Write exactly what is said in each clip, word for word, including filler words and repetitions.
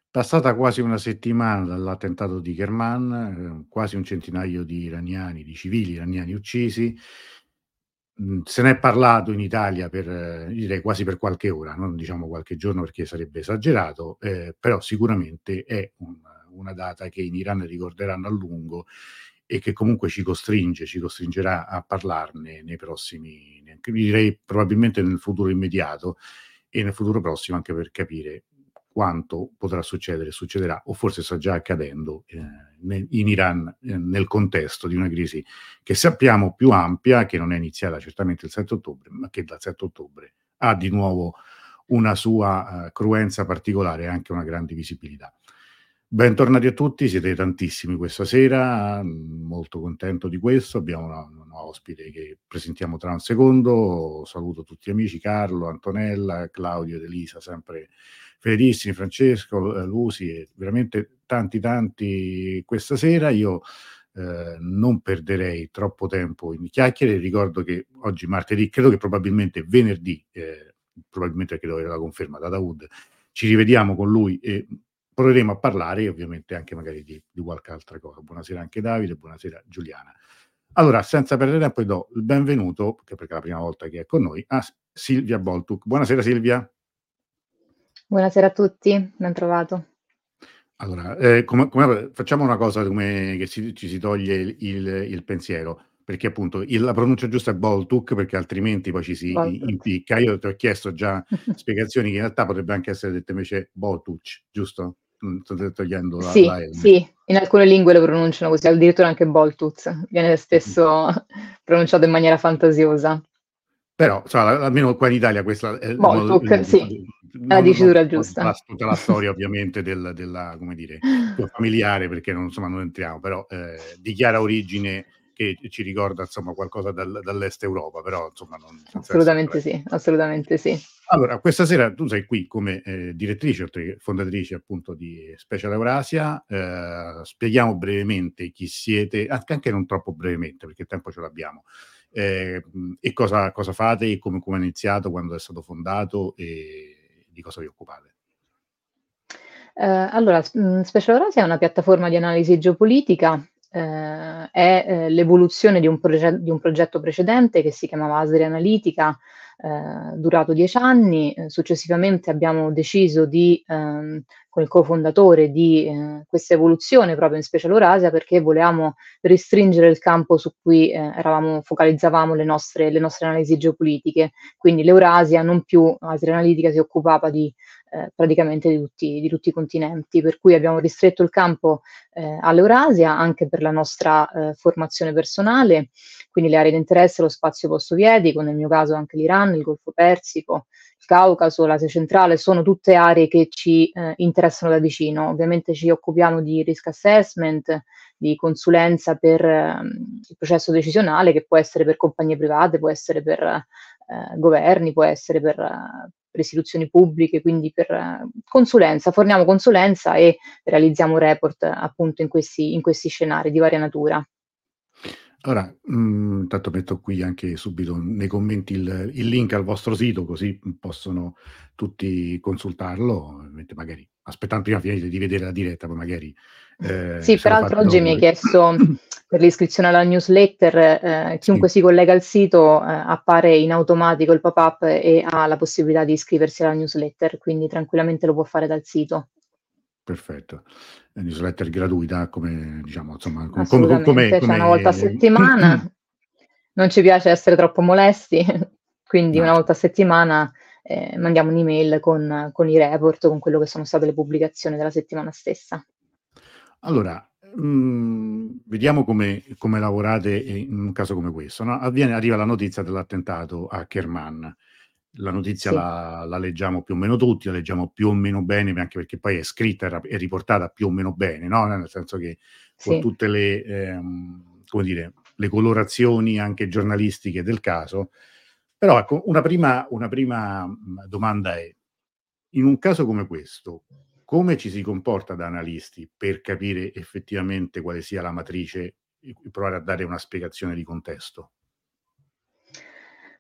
Passata quasi una settimana dall'attentato di Kerman, ehm, quasi un centinaio di iraniani, di civili iraniani uccisi. Mhmm, se n'è parlato in Italia per io direi quasi per qualche ora, non diciamo qualche giorno perché sarebbe esagerato, ehm, però sicuramente è un una data che in Iran ricorderanno a lungo e che comunque ci costringe ci costringerà a parlarne nei prossimi neanche vi direi probabilmente nel futuro immediato e nel futuro prossimo, anche per capire quanto potrà succedere, succederà o forse sta già accadendo, ehm, ne in Iran, ehm, nel contesto di una crisi che sappiamo più ampia, che non è iniziata certamente il sette ottobre, ma che dal sette ottobre ha di nuovo una sua, uhm, cruenza particolare e anche una grande visibilità. Bentornati a tutti, siete tantissimi questa sera, mhmm, molto contento di questo. Abbiamo una una ospite che presentiamo tra un secondo. Saluto tutti gli amici, Carlo, Antonella, Claudio ed Elisa, sempre fedelissimi, Francesco, ehm, Lucy e veramente tanti, tanti questa sera. Io, ehm, non perderei troppo tempo in chiacchiere. Ricordo che oggi martedì, credo che probabilmente venerdì, ehm, probabilmente perché devo avere la conferma da Daoud, ci rivediamo con lui e proveremo a parlare e ovviamente anche magari di di qualche altra cosa. Buonasera anche Davide, buonasera Giuliana. Allora, senza perdere tempo, gli do il benvenuto, che perché è la prima volta che è con noi, a S Silvia Boltwood. Buonasera Silvia. Buonasera a tutti, bentrovato. Allora, ehm, come come facciamo una cosa come che si ci si toglie il il il pensiero, perché appunto il la pronuncia giusta è Boltuk, perché altrimenti poi ci si i Boltwood. impicca. Io ti ho chiesto già spiegazioni che in realtà potrebbe anche essere detta invece Botuc, giusto? Mhmm, to togliendo la Sì, la emme. sì, in alcune lingue lo pronunciano così, addirittura anche Boltuz, viene Mh-mh. spesso pronunciato in maniera fantasiosa. Però, so a almeno qua in Italia questa è il modo Boltuk, sì, è la non non dicitura tutta la giusta. tutta la storia ovviamente del della come dire, più familiare perché non insomma non entriamo, però, ehm, di chiara origine che ci ricorda insomma qualcosa dal dall'Est Europa, però insomma non senza essere Assolutamente sì, assolutamente sì. allora, questa sera tu sei qui come, ehm, direttrice oltre che fondatrice appunto di Special Eurasia. Ehm, spieghiamo brevemente chi siete, anche anche non troppo brevemente perché il tempo ce l'abbiamo, ehm, e cosa cosa fate e come come è iniziato, quando è stato fondato e di cosa vi occupate. Ehm, allora, s mhmm, Special Eurasia è una piattaforma di analisi geopolitica, ehm, è, ehm, l'evoluzione di un proge di un progetto precedente che si chiamava Asri Analitica, ehm, durato dieci anni. Ehm, successivamente abbiamo deciso di, ehm, con il cofondatore di, ehm, questa evoluzione proprio in Special Eurasia perché volevamo restringere il campo su cui, ehm, eravamo focalizzavamo le nostre le nostre analisi geopolitiche. Quindi l'Eurasia, non più Asri Analitica, si occupava di, ehm, praticamente di tutti di tutti i continenti, per cui abbiamo ristretto il campo, ehm, all'Eurasia anche per la nostra, ehm, formazione personale, quindi le aree di interesse, lo spazio post-sovietico, nel mio caso anche l'Iran, il Golfo Persico, il Caucaso, l'Asia centrale, sono tutte aree che ci, ehm, interessano da vicino. Ovviamente ci occupiamo di risk assessment, di consulenza per, mhmm, il processo decisionale che può essere per compagnie private, può essere per, ehm, governi, può essere per per istituzioni pubbliche, quindi per consulenza. Forniamo consulenza e realizziamo report appunto in questi in questi scenari di varia natura. Ora, mhmm, intanto metto qui anche subito nei commenti il il link al vostro sito, così, mhmm, possono tutti consultarlo, ovviamente magari aspettando prima finite di vedere la diretta, poi magari, ehm, Sì, se lo peraltro fate oggi dopo mi hai voi. chiesto per l'iscrizione alla newsletter, ehm, Sì, chiunque si collega al sito, ehm, appare in automatico il pop-up e ha la possibilità di iscriversi alla newsletter, quindi tranquillamente lo può fare dal sito. perfetto. La newsletter gratuita come diciamo insomma co come co come Assolutamente, cioè una volta a come settimana. Non ci piace essere troppo molesti, quindi no, una cer volta a settimana, ehm, mandiamo un'email con con i report, con quello che sono state le pubblicazioni della settimana stessa. allora, mhmm, vediamo come come lavorate in un caso come questo, no, avviene arriva la notizia dell'attentato a Kerman. La notizia Sì, la la leggiamo più o meno tutti, la leggiamo più o meno bene, ma anche perché poi è scritta e rap è riportata più o meno bene, no, nel senso che con sì. tutte le, ehm, come dire, le colorazioni anche giornalistiche del caso. Però ecco, una prima una prima, mhmm, domanda è: in un caso come questo, come ci si comporta da analisti per capire effettivamente quale sia la matrice e provare a dare una spiegazione di contesto?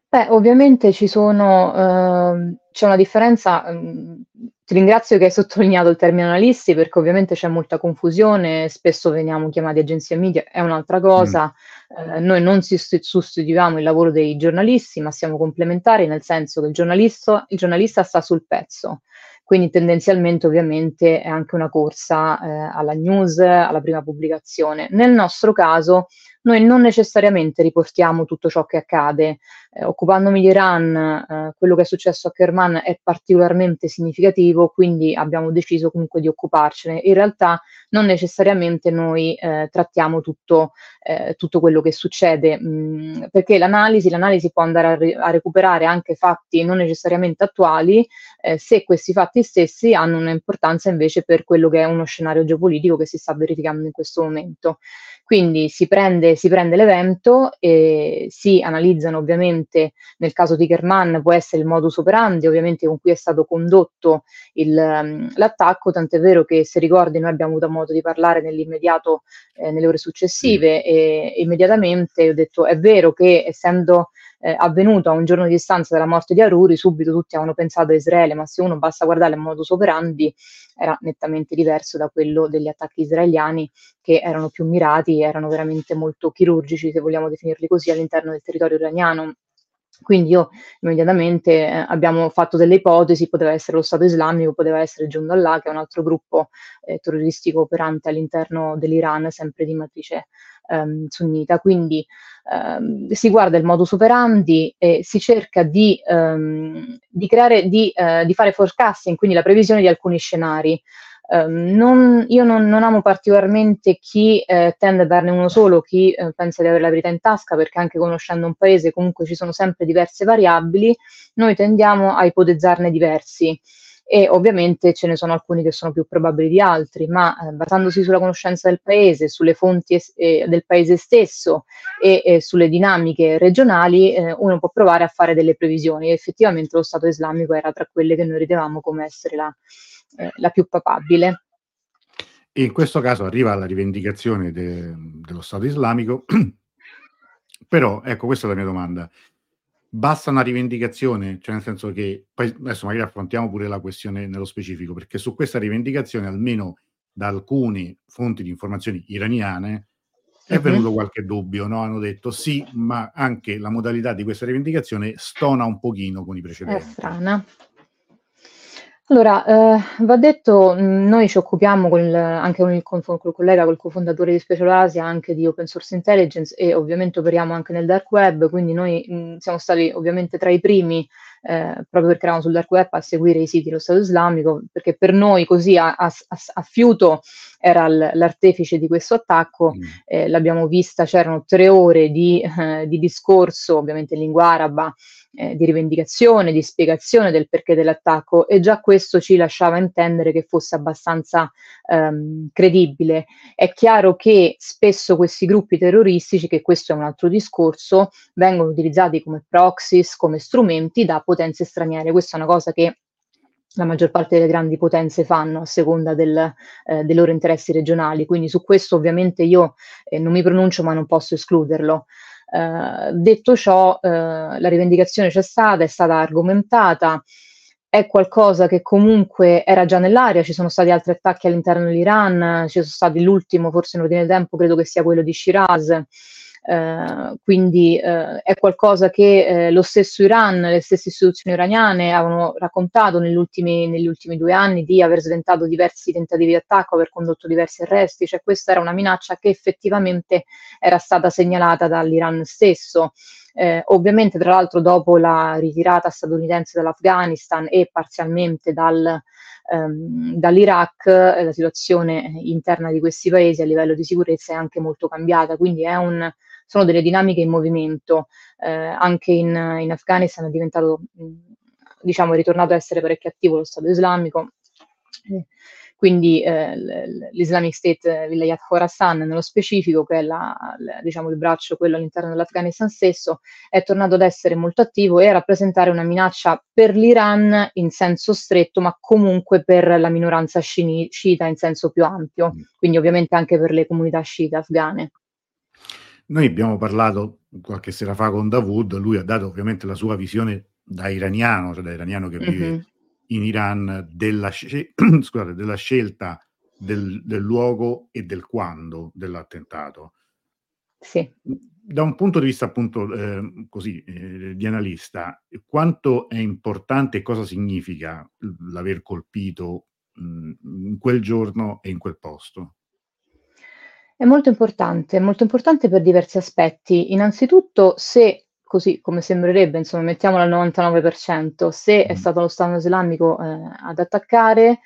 Beh, ovviamente ci sono uhm, c'è una differenza, mhmm, ti ringrazio che hai sottolineato il termine analisti, perché ovviamente c'è molta confusione, spesso veniamo chiamati agenzia media, è un'altra Mh. cosa. Ehm, noi non sist sostituiamo il lavoro dei giornalisti, ma siamo complementari, nel senso che il giornalisto il giornalista sta sul pezzo, quindi tendenzialmente ovviamente è anche una corsa, ehm, alla news, alla prima pubblicazione. Nel nostro caso noi non necessariamente riportiamo tutto ciò che accade. Ehm, occupandomi di Iran, ehm, quello che è successo a Kerman è particolarmente significativo, quindi abbiamo deciso comunque di occuparcene. In realtà non necessariamente noi, ehm, trattiamo tutto ehm, tutto quello che succede, mhmm, perché l'analisi l'analisi può andare a re a recuperare anche fatti non necessariamente attuali, ehm, se questi fatti stessi hanno un'importanza invece per quello che è uno scenario geopolitico che si sta verificando in questo momento. Quindi si prende si prende l'evento e si analizzano ovviamente, nel caso di Kerman può essere il modus operandi ovviamente con cui è stato condotto il mhmm, l'attacco, tant'è vero che se ricordi noi abbiamo avuto modo di parlare nell'immediato ehm, nelle ore Sì. successive e immediatamente ho detto: "È vero che essendo, ehm, avvenuto a un giorno di distanza dalla morte di Aruri, subito tutti avevano pensato a Israele, ma se uno basta guardare il modus operandi era nettamente diverso da quello degli attacchi israeliani che erano più mirati, erano veramente molto chirurgici, se vogliamo definirli così, all'interno del territorio iraniano. Quindi io immediatamente eh, abbiamo fatto delle ipotesi, poteva essere lo Stato islamico, poteva essere Jundallah, che è un altro gruppo eh, terroristico operante all'interno dell'Iran, sempre di matrice ehm, sunnita. Quindi ehm, si guarda il modus operandi e si cerca di, ehm, di creare, di, eh, di fare forecasting, quindi la previsione di alcuni scenari. Um, non, io non, non amo particolarmente chi eh, tende a darne uno solo, chi eh, pensa di avere la verità in tasca, perché anche conoscendo un paese comunque ci sono sempre diverse variabili, noi tendiamo a ipotizzarne diversi e ovviamente ce ne sono alcuni che sono più probabili di altri, ma eh, basandosi sulla conoscenza del paese, sulle fonti es- eh, del paese stesso e eh, sulle dinamiche regionali, eh, uno può provare a fare delle previsioni. E effettivamente lo Stato islamico era tra quelle che noi ritenevamo come essere la eh, la più papabile. E in questo caso arriva la rivendicazione de dello Stato islamico, però ecco questa è la mia domanda: basta una rivendicazione? Cioè nel senso che poi adesso magari affrontiamo pure la questione nello specifico, perché su questa rivendicazione, almeno da alcune fonti di informazioni iraniane, è Mh-mh. venuto qualche dubbio, no, hanno detto: "Sì, ma anche la modalità di questa rivendicazione stona un pochino con i È precedenti." strana. Allora, ehm, va detto, mhmm, noi ci occupiamo col anche con il confo col collega, col cofondatore di Special Asia, anche di open source intelligence e ovviamente operiamo anche nel dark web, quindi noi, mhmm, siamo stati ovviamente tra i primi, ehm, proprio perché eravamo sul dark web, a seguire i siti dello Stato islamico, perché per noi così a a s a s a fiuto era l l'artefice di questo attacco, Mh. ehm, l'abbiamo vista, c'erano tre ore di eh, di discorso, ovviamente in lingua araba, ehm, di rivendicazione, di spiegazione del perché dell'attacco e già questo ci lasciava intendere che fosse abbastanza, ehm, credibile. È chiaro che spesso questi gruppi terroristici, che questo è un altro discorso, vengono utilizzati come proxies, come strumenti da potenze straniere. Questa è una cosa che la maggior parte delle grandi potenze fanno a seconda del, ehm, dei loro interessi regionali. Quindi su questo ovviamente io, ehm, non mi pronuncio, ma non posso escluderlo. Ehm, detto ciò, ehm, la rivendicazione c'è stata, è stata argomentata, è qualcosa che comunque era già nell'aria, ci sono stati altri attacchi all'interno dell'Iran, ci sono stati l'ultimo, forse in ordine di tempo, credo che sia quello di Shiraz. Ehm, quindi, ehm, è qualcosa che, ehm, lo stesso Iran, le stesse istituzioni iraniane avevano raccontato negli ultimi negli ultimi due anni di aver sventato diversi tentativi di attacco, aver condotto diversi arresti, cioè questa era una minaccia che effettivamente era stata segnalata dall'Iran stesso. Eh, ovviamente, tra l'altro, dopo la ritirata statunitense dall'Afghanistan e parzialmente dal, ehm, dall'Iraq, eh, la situazione interna di questi paesi a livello di sicurezza è anche molto cambiata, quindi è un, sono delle dinamiche in movimento. Eh, anche in, in Afghanistan è diventato, mh, diciamo, è ritornato a essere parecchio attivo lo Stato islamico. Eh, quindi eh, l'Islamic State eh, Vilayat Khorasan nello specifico, che è la, la, diciamo, il braccio quello all'interno dell'Afghanistan stesso, è tornato ad essere molto attivo e a rappresentare una minaccia per l'Iran in senso stretto, ma comunque per la minoranza sciita in senso più ampio, Mh. quindi ovviamente anche per le comunità sciite afghane. Noi abbiamo parlato qualche sera fa con Dawood, lui ha dato ovviamente la sua visione da iraniano, cioè da iraniano che vive Mh-mh. in Iran, della sce scusate, della scelta del del luogo e del quando dell'attentato. Sì. Mhmm, da un punto di vista appunto, ehm, così, ehm, di analista, quanto è importante e cosa significa l l'aver colpito, mhmm, in quel giorno e in quel posto? È molto importante, è molto importante per diversi aspetti. Innanzitutto, se così come sembrerebbe, insomma, mettiamola al novantanove per cento, se è Mh. stato lo Stato islamico, ehm, ad attaccare,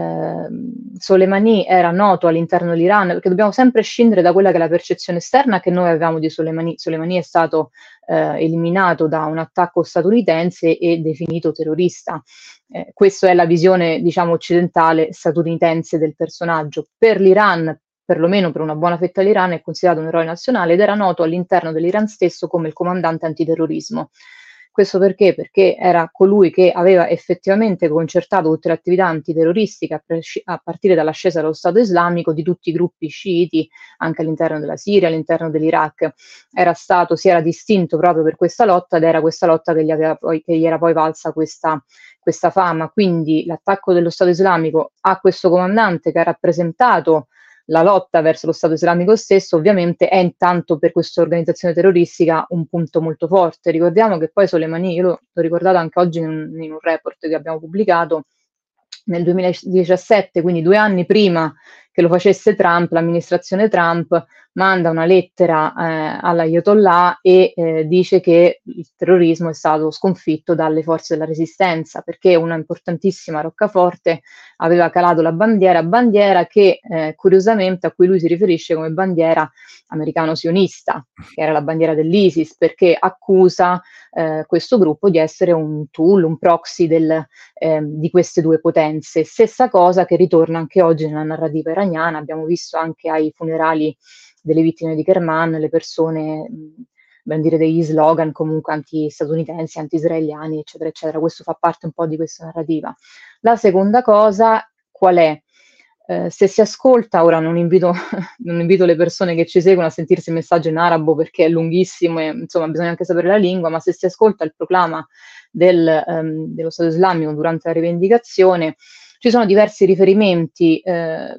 ehm, Soleimani era noto all'interno dell'Iran, perché dobbiamo sempre scindere da quella che è la percezione esterna che noi avevamo di Soleimani. Soleimani è stato, ehm, eliminato da un attacco statunitense e definito terrorista. Ehm, questo è la visione, diciamo, occidentale statunitense del personaggio. Per l'Iran, perlomeno per una buona fetta dell'Iran, è considerato un eroe nazionale ed era noto all'interno dell'Iran stesso come il comandante antiterrorismo. Questo perché? Perché era colui che aveva effettivamente concertato tutte le attività antiterroristiche a presci a partire dall'ascesa dello Stato islamico di tutti i gruppi sciiti, anche all'interno della Siria, all'interno dell'Iraq. Era stato si era distinto proprio per questa lotta ed era questa lotta che gli aveva poi che gli era poi valsa questa questa fama. Quindi l'attacco dello Stato islamico a questo comandante che ha rappresentato la lotta verso lo Stato islamico stesso, ovviamente è intanto per questa organizzazione terroristica un punto molto forte. Ricordiamo che poi Soleimani, io l'ho, l'ho ricordato anche oggi in un, in un report che abbiamo pubblicato, nel duemiladiciassette, quindi due anni prima che lo facesse Trump, l'amministrazione Trump manda una lettera eh, all'Ayatollah e eh, dice che il terrorismo è stato sconfitto dalle forze della resistenza, perché una importantissima roccaforte aveva calato la bandiera, bandiera che eh, curiosamente a cui lui si riferisce come bandiera americano-sionista, che era la bandiera dell'ISIS, perché accusa eh, questo gruppo di essere un tool, un proxy del, eh, di queste due potenze. Stessa cosa che ritorna anche oggi nella narrativa iraniana, abbiamo visto anche ai funerali delle vittime di Kerman, le persone mh, bandire degli slogan comunque anti-statunitensi, anti-israeliani, eccetera, eccetera. Questo fa parte un po' di questa narrativa. La seconda cosa qual è? Eh, se si ascolta, ora non invito, non invito le persone che ci seguono a sentirsi il messaggio in arabo perché è lunghissimo e insomma bisogna anche sapere la lingua, ma se si ascolta il proclama del, um, dello Stato islamico durante la rivendicazione, ci sono diversi riferimenti. Eh,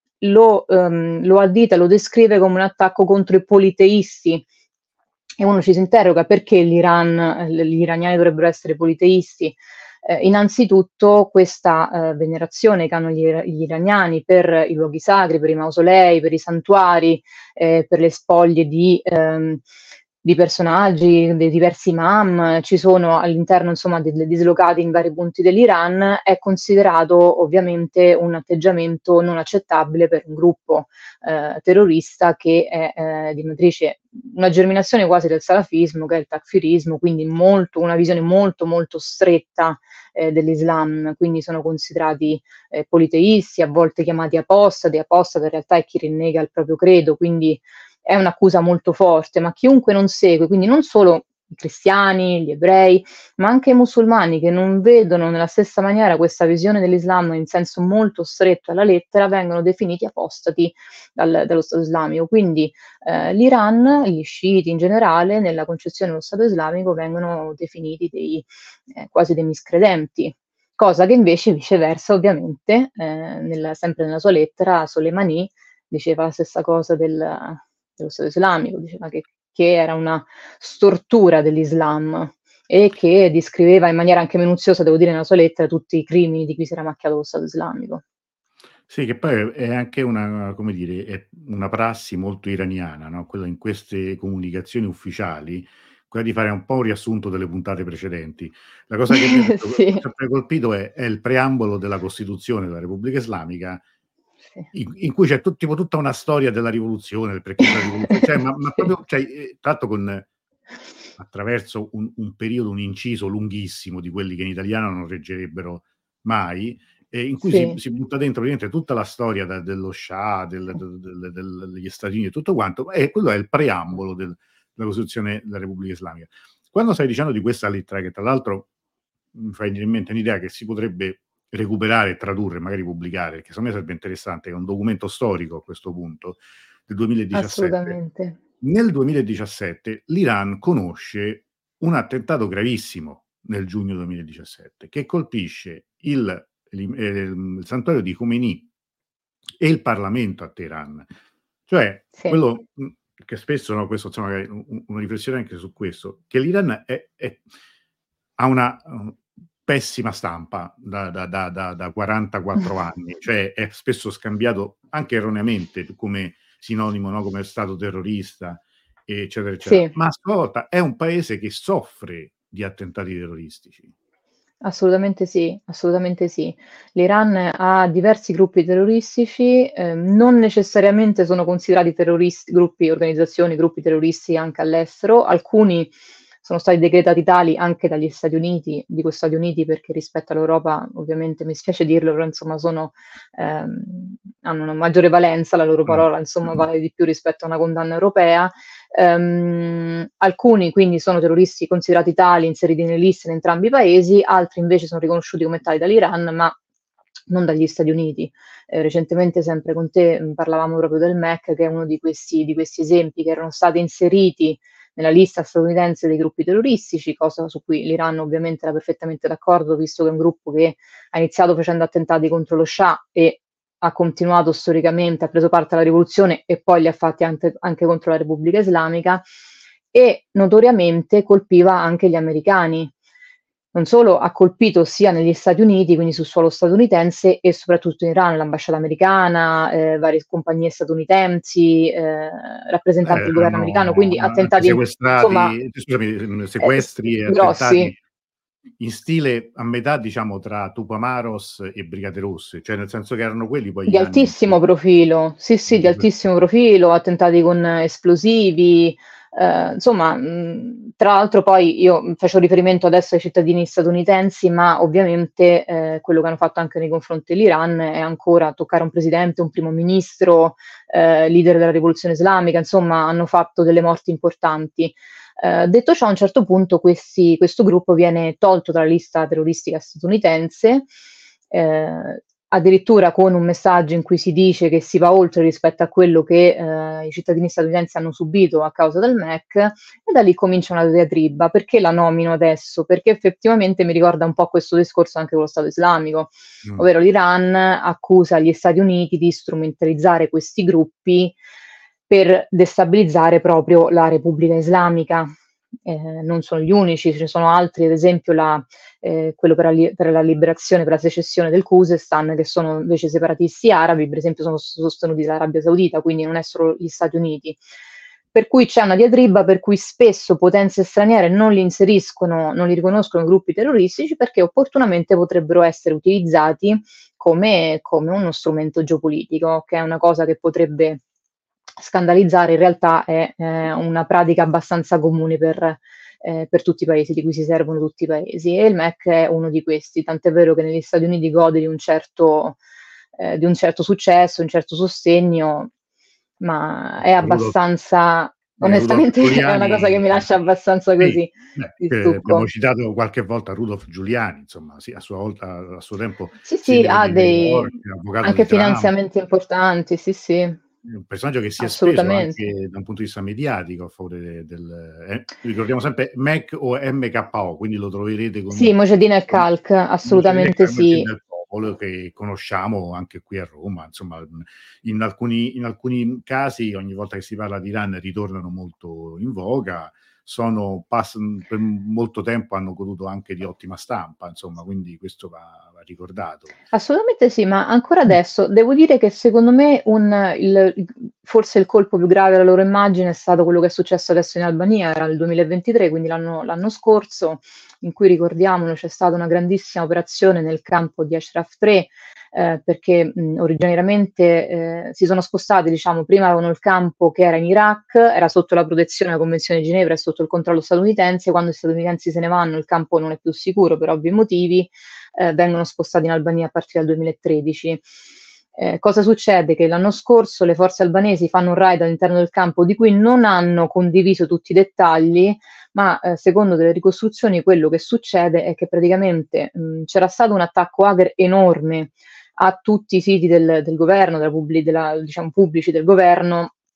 lo, um, lo addita, lo descrive come un attacco contro i politeisti e uno ci si interroga perché l'Iran, gli iraniani dovrebbero essere politeisti. Eh, innanzitutto questa eh, venerazione che hanno gli, gli iraniani per i luoghi sacri, per i mausolei, per i santuari, eh, per le spoglie di, ehm, di personaggi, dei diversi imam, ci sono all'interno insomma dei dislocati in vari punti dell'Iran, è considerato ovviamente un atteggiamento non accettabile per un gruppo eh, terrorista che è eh, di matrice, una germinazione quasi del salafismo, che è il takfirismo, quindi molto, una visione molto molto stretta eh, dell'Islam, quindi sono considerati eh, politeisti, a volte chiamati apostati, apostata in realtà è chi rinnega il proprio credo, quindi è un'accusa molto forte, ma chiunque non segue, quindi non solo i cristiani, gli ebrei, ma anche i musulmani che non vedono nella stessa maniera questa visione dell'Islam in senso molto stretto alla lettera, vengono definiti apostati dal, dallo Stato islamico. Quindi eh, l'Iran, gli sciiti in generale, nella concezione dello Stato islamico vengono definiti dei, eh, quasi dei miscredenti. Cosa che invece viceversa, ovviamente, eh, nella, sempre nella sua lettera, Soleimani diceva la stessa cosa del, dello Stato islamico, diceva che, che era una stortura dell'Islam e che descriveva in maniera anche minuziosa, devo dire, nella sua lettera tutti i crimini di cui si era macchiato lo Stato islamico. Sì, che poi è è anche una come dire, è una prassi molto iraniana, no, quella in queste comunicazioni ufficiali, quella di fare un po' un riassunto delle puntate precedenti. La cosa che mi ha detto che mi ha Sì, sempre colpito è è il preambolo della Costituzione della Repubblica Islamica, sì. in in cui c'è tu tipo tutta una storia della rivoluzione, del perché c'è la rivoluzione, cioè ma ma Sì. proprio cioè, ehm, tra l'altro con attraverso un un periodo, un inciso lunghissimo di quelli che in italiano non reggerebbero mai, e in cui si Sì, si butta dentro praticamente tutta la storia da dello Shah, del del del del degli Stati Uniti e tutto quanto, e quello è il preambolo del della Costituzione della Repubblica Islamica. Quando stai dicendo di questa lettera, che tra l'altro mi fai venire in mente un'idea che si potrebbe recuperare, tradurre, magari pubblicare, perché secondo me sarebbe interessante, è un documento storico a questo punto, del duemiladiciassette. assolutamente. Nel duemiladiciassette l'Iran conosce un attentato gravissimo nel giugno duemiladiciassette che colpisce il, il, il santuario di Khomeini e il Parlamento a Teheran. Cioè, Sì. quello mh, che spesso, no, questo insomma, un, una riflessione anche su questo, che l'Iran è, è, ha una uh, pessima stampa da, da, da, da, da quarantaquattro anni, cioè è spesso scambiato anche erroneamente come sinonimo, no, come stato terrorista, eccetera, eccetera. Sì. Ma a sua volta è un paese che soffre di attentati terroristici. Assolutamente sì, assolutamente sì. L'Iran ha diversi gruppi terroristici, ehm, non necessariamente sono considerati terroristi gruppi, organizzazioni, gruppi terroristi anche all'estero. Alcuni sono stati decretati tali anche dagli Stati Uniti, dico Stati Uniti perché rispetto all'Europa, ovviamente mi spiace dirlo, però insomma sono, ehm, hanno una maggiore valenza, la loro parola insomma vale di più rispetto a una condanna europea. Um, alcuni quindi sono terroristi considerati tali, inseriti nelle liste in entrambi i paesi, altri invece sono riconosciuti come tali dall'Iran, ma non dagli Stati Uniti. Eh, recentemente, sempre con te, mh, parlavamo proprio del M E C, che è uno di questi, di questi esempi che erano stati inseriti nella lista statunitense dei gruppi terroristici, cosa su cui l'Iran ovviamente era perfettamente d'accordo, visto che è un gruppo che ha iniziato facendo attentati contro lo Shah e ha continuato storicamente, ha preso parte alla rivoluzione e poi li ha fatti anche, anche contro la Repubblica Islamica, e notoriamente colpiva anche gli americani. Non solo ha colpito sia negli Stati Uniti, quindi sul suolo statunitense, e soprattutto in Iran, l'ambasciata americana, eh, varie compagnie statunitensi, eh, rappresentanti Eh, del governo americano, hanno quindi anche attentati, insomma, sequestrati, scusami, eh, sequestri e attentati grossi. in stile a metà, diciamo, tra Tupamaros e Brigate Rosse, cioè nel senso che erano quelli poi Di gli anni in cui altissimo profilo, sì, sì, di altissimo profilo, attentati con esplosivi, eh, insomma, mh, tra l'altro poi io faccio riferimento adesso ai cittadini statunitensi, ma ovviamente eh, quello che hanno fatto anche nei confronti dell'Iran è ancora toccare un presidente, un primo ministro, eh, leader della rivoluzione islamica, insomma, hanno fatto delle morti importanti. Eh, detto ciò, a un certo punto questi, questo gruppo viene tolto dalla lista terroristica statunitense, eh, addirittura con un messaggio in cui si dice che si va oltre rispetto a quello che eh, i cittadini statunitensi hanno subito a causa del M E C, e da lì comincia una diatriba. Perché la nomino adesso? Perché effettivamente mi ricorda un po' questo discorso anche con lo Stato islamico, Mm. ovvero l'Iran accusa gli Stati Uniti di strumentalizzare questi gruppi per destabilizzare proprio la Repubblica Islamica. Eh, non sono gli unici, ce ne sono altri, ad esempio la, eh, quello per la, li- per la liberazione, per la secessione del Khuzestan, che sono invece separatisti arabi, per esempio sono sostenuti dall'Arabia Saudita, quindi non è solo gli Stati Uniti. Per cui c'è una diatriba per cui spesso potenze straniere non li inseriscono, non li riconoscono gruppi terroristici perché opportunamente potrebbero essere utilizzati come, come uno strumento geopolitico, che è una cosa che potrebbe scandalizzare, in realtà è eh, una pratica abbastanza comune per, eh, per tutti i paesi, di cui si servono tutti i paesi, e il M E C è uno di questi, tant'è vero che negli Stati Uniti gode di un certo, eh, di un certo successo, un certo sostegno, ma è Rudolf, abbastanza, eh, Rudolf onestamente è una cosa che Giuliani, mi lascia abbastanza sì, così, beh, di eh, abbiamo stucco. citato qualche volta Rudolf Giuliani, insomma, sì, a sua volta, a suo tempo Sì, sì, sindaco ha di New dei York, avvocato di anche Trump, finanziamenti importanti, sì, sì, un personaggio che si è speso assolutamente. anche da un punto di vista mediatico a favore de- del... eh, ricordiamo sempre M E C o M K O, quindi lo troverete con, Sì, Mojadina e con Calc, Mocenic assolutamente Carmagine sì. del Popolo, che conosciamo anche qui a Roma. Insomma, in alcuni, in alcuni casi, ogni volta che si parla di Iran, ritornano molto in voga. Sono, pass- per molto tempo hanno goduto anche di ottima stampa, insomma, quindi questo va, va ricordato. Assolutamente sì, ma ancora adesso devo dire che secondo me un, il, forse il colpo più grave della loro immagine è stato quello che è successo adesso in Albania, era il duemilaventitré, quindi l'anno, l'anno scorso, in cui ricordiamolo c'è stata una grandissima operazione nel campo di Ashraf tre, eh, perché mh, originariamente eh, si sono spostati, diciamo, prima avevano il campo che era in Iraq, era sotto la protezione della Convenzione di Ginevra e sotto il controllo statunitense. Quando i statunitensi se ne vanno il campo non è più sicuro per ovvi motivi, eh, vengono spostati in Albania a partire dal duemilatredici. Eh, cosa succede? Che l'anno scorso le forze albanesi fanno un raid all'interno del campo di cui non hanno condiviso tutti i dettagli, ma eh, secondo delle ricostruzioni quello che succede è che praticamente mh, c'era stato un attacco hacker enorme a tutti i siti del, del governo, della pubblic- della, diciamo, pubblici del governo,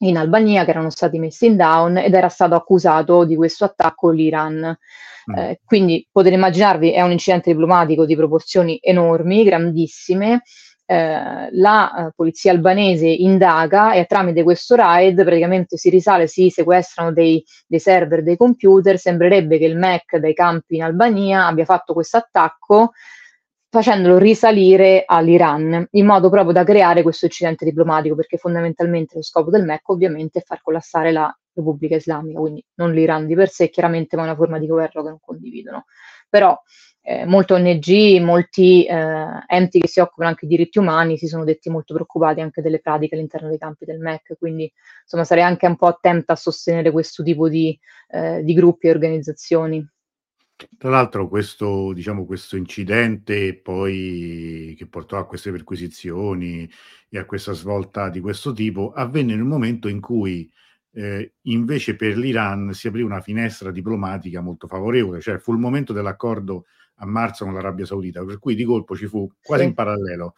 in Albania, che erano stati messi in down, ed era stato accusato di questo attacco l'Iran. Mm. Eh, quindi potete immaginarvi, è un incidente diplomatico di proporzioni enormi, grandissime. Eh, la eh, polizia albanese indaga e tramite questo raid praticamente si risale, si sequestrano dei, dei server, dei computer. Sembrerebbe che il M E C dai campi in Albania abbia fatto questo attacco facendolo risalire all'Iran, in modo proprio da creare questo incidente diplomatico, perché fondamentalmente lo scopo del M E C ovviamente è far collassare la Repubblica Islamica, quindi non l'Iran di per sé, chiaramente, ma una forma di governo che non condividono. Però eh, molte O N G, molti eh, enti che si occupano anche di diritti umani si sono detti molto preoccupati anche delle pratiche all'interno dei campi del M E C, quindi insomma sarei anche un po' attenta a sostenere questo tipo di, eh, di gruppi e organizzazioni. Tra l'altro questo, diciamo, questo incidente poi che portò a queste perquisizioni e a questa svolta di questo tipo avvenne nel momento in cui eh, invece per l'Iran si aprì una finestra diplomatica molto favorevole, cioè fu il momento dell'accordo a marzo con l'Arabia Saudita, per cui di colpo ci fu quasi Sì. in parallelo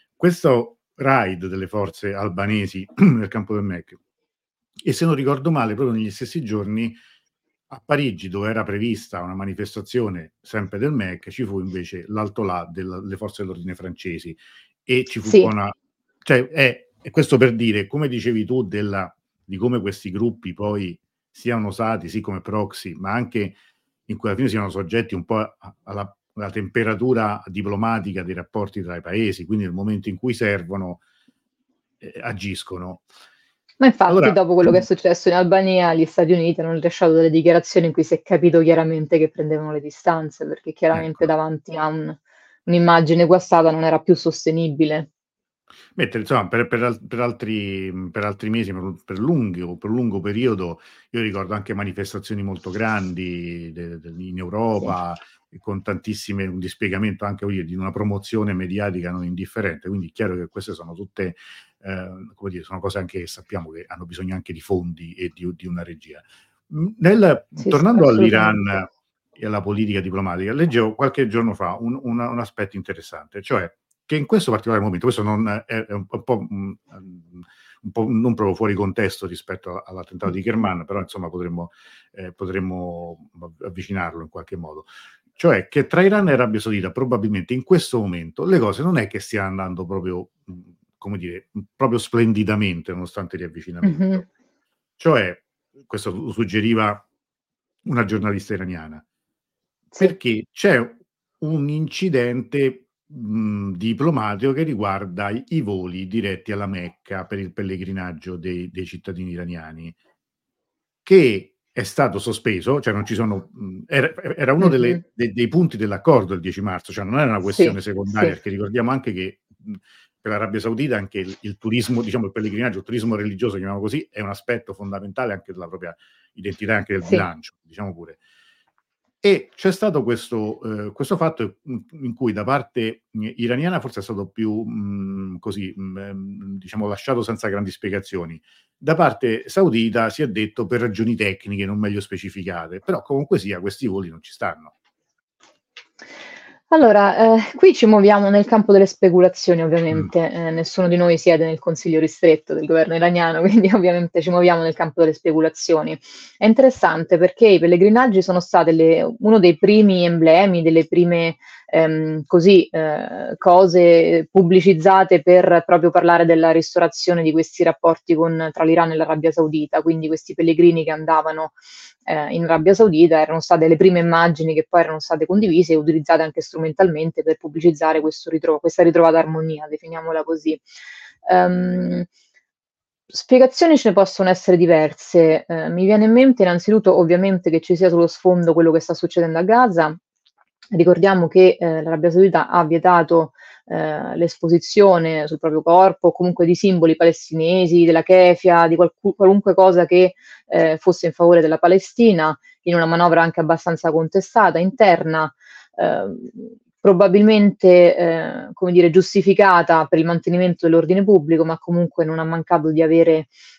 questo raid delle forze albanesi nel campo del M E C e, se non ricordo male, proprio negli stessi giorni a Parigi, dove era prevista una manifestazione sempre del M E C, ci fu invece l'altolà delle forze dell'ordine francesi e ci fu Sì. poi una... Cioè, è, è questo per dire, come dicevi tu, della, di come questi gruppi poi siano usati, sì, come proxy, ma anche in cui alla fine siano soggetti un po' alla, alla temperatura diplomatica dei rapporti tra i paesi, quindi nel momento in cui servono eh, agiscono. Ma infatti, Allora, dopo quello che è successo in Albania, gli Stati Uniti hanno rilasciato delle dichiarazioni in cui si è capito chiaramente che prendevano le distanze, perché chiaramente ecco. davanti a un, un'immagine guastata non era più sostenibile. Mentre insomma per, per, al- per altri, per altri mesi, per, per lunghi, per un lungo periodo, io ricordo anche manifestazioni molto grandi de- de- in Sì. Europa, con tantissime, un dispiegamento anche voglio dire, di una promozione mediatica non indifferente, quindi è chiaro che queste sono tutte, eh, come dire, sono cose anche che sappiamo che hanno bisogno anche di fondi e di, di una regia. Mm, Nel, Sì, sì, tornando assolutamente. all'Iran e alla politica diplomatica, leggevo qualche giorno fa un, una- un aspetto interessante, cioè che in questo particolare momento, questo non è, è un, un, po', un, un po' non proprio fuori contesto rispetto all'attentato di Kerman, però insomma potremmo, eh, potremmo avvicinarlo in qualche modo. Cioè che tra Iran e Arabia Saudita probabilmente in questo momento le cose non è che stiano andando proprio, come dire, proprio splendidamente nonostante il riavvicinamento. Mm-hmm. Cioè, questo lo suggeriva una giornalista iraniana, Sì. perché c'è un incidente mh, diplomatico che riguarda i, i voli diretti alla Mecca per il pellegrinaggio dei, dei cittadini iraniani, che è stato sospeso, cioè non ci sono, mh, era, era uno Mm-hmm. delle, de, dei punti dell'accordo il dieci marzo, cioè non era una questione Sì, secondaria, sì, perché ricordiamo anche che mh, per l'Arabia Saudita anche il, il turismo, diciamo il pellegrinaggio, il turismo religioso, chiamiamolo così, è un aspetto fondamentale anche della propria identità, anche del sì. bilancio, diciamo pure. E c'è stato questo, eh, questo fatto in, in cui da parte mh, iraniana forse è stato più mh, così, mh, diciamo, lasciato senza grandi spiegazioni. Da parte saudita si è detto per ragioni tecniche non meglio specificate, però comunque sia questi voli non ci stanno. Allora, eh, qui ci muoviamo nel campo delle speculazioni, Mm. ovviamente. Eh, nessuno di noi siede nel consiglio ristretto del governo iraniano, quindi ovviamente ci muoviamo nel campo delle speculazioni. È interessante perché i pellegrinaggi sono stati le- uno dei primi emblemi, delle prime ehm, così, eh, cose pubblicizzate per proprio parlare della ristorazione di questi rapporti con, tra l'Iran e l'Arabia Saudita, quindi questi pellegrini che andavano eh, in Arabia Saudita erano state le prime immagini che poi erano state condivise e utilizzate anche strumentalmente per pubblicizzare questo ritro- questa ritrovata armonia, definiamola così. Um, Spiegazioni ce ne possono essere diverse. Eh, mi viene in mente innanzitutto ovviamente che ci sia sullo sfondo quello che sta succedendo a Gaza. Ricordiamo che eh, l'Arabia Saudita ha vietato eh, l'esposizione sul proprio corpo, o comunque di simboli palestinesi, della kefia, di qualcu- qualunque cosa che eh, fosse in favore della Palestina, in una manovra anche abbastanza contestata, interna, eh, probabilmente eh, come dire, giustificata per il mantenimento dell'ordine pubblico, ma comunque non ha mancato di avere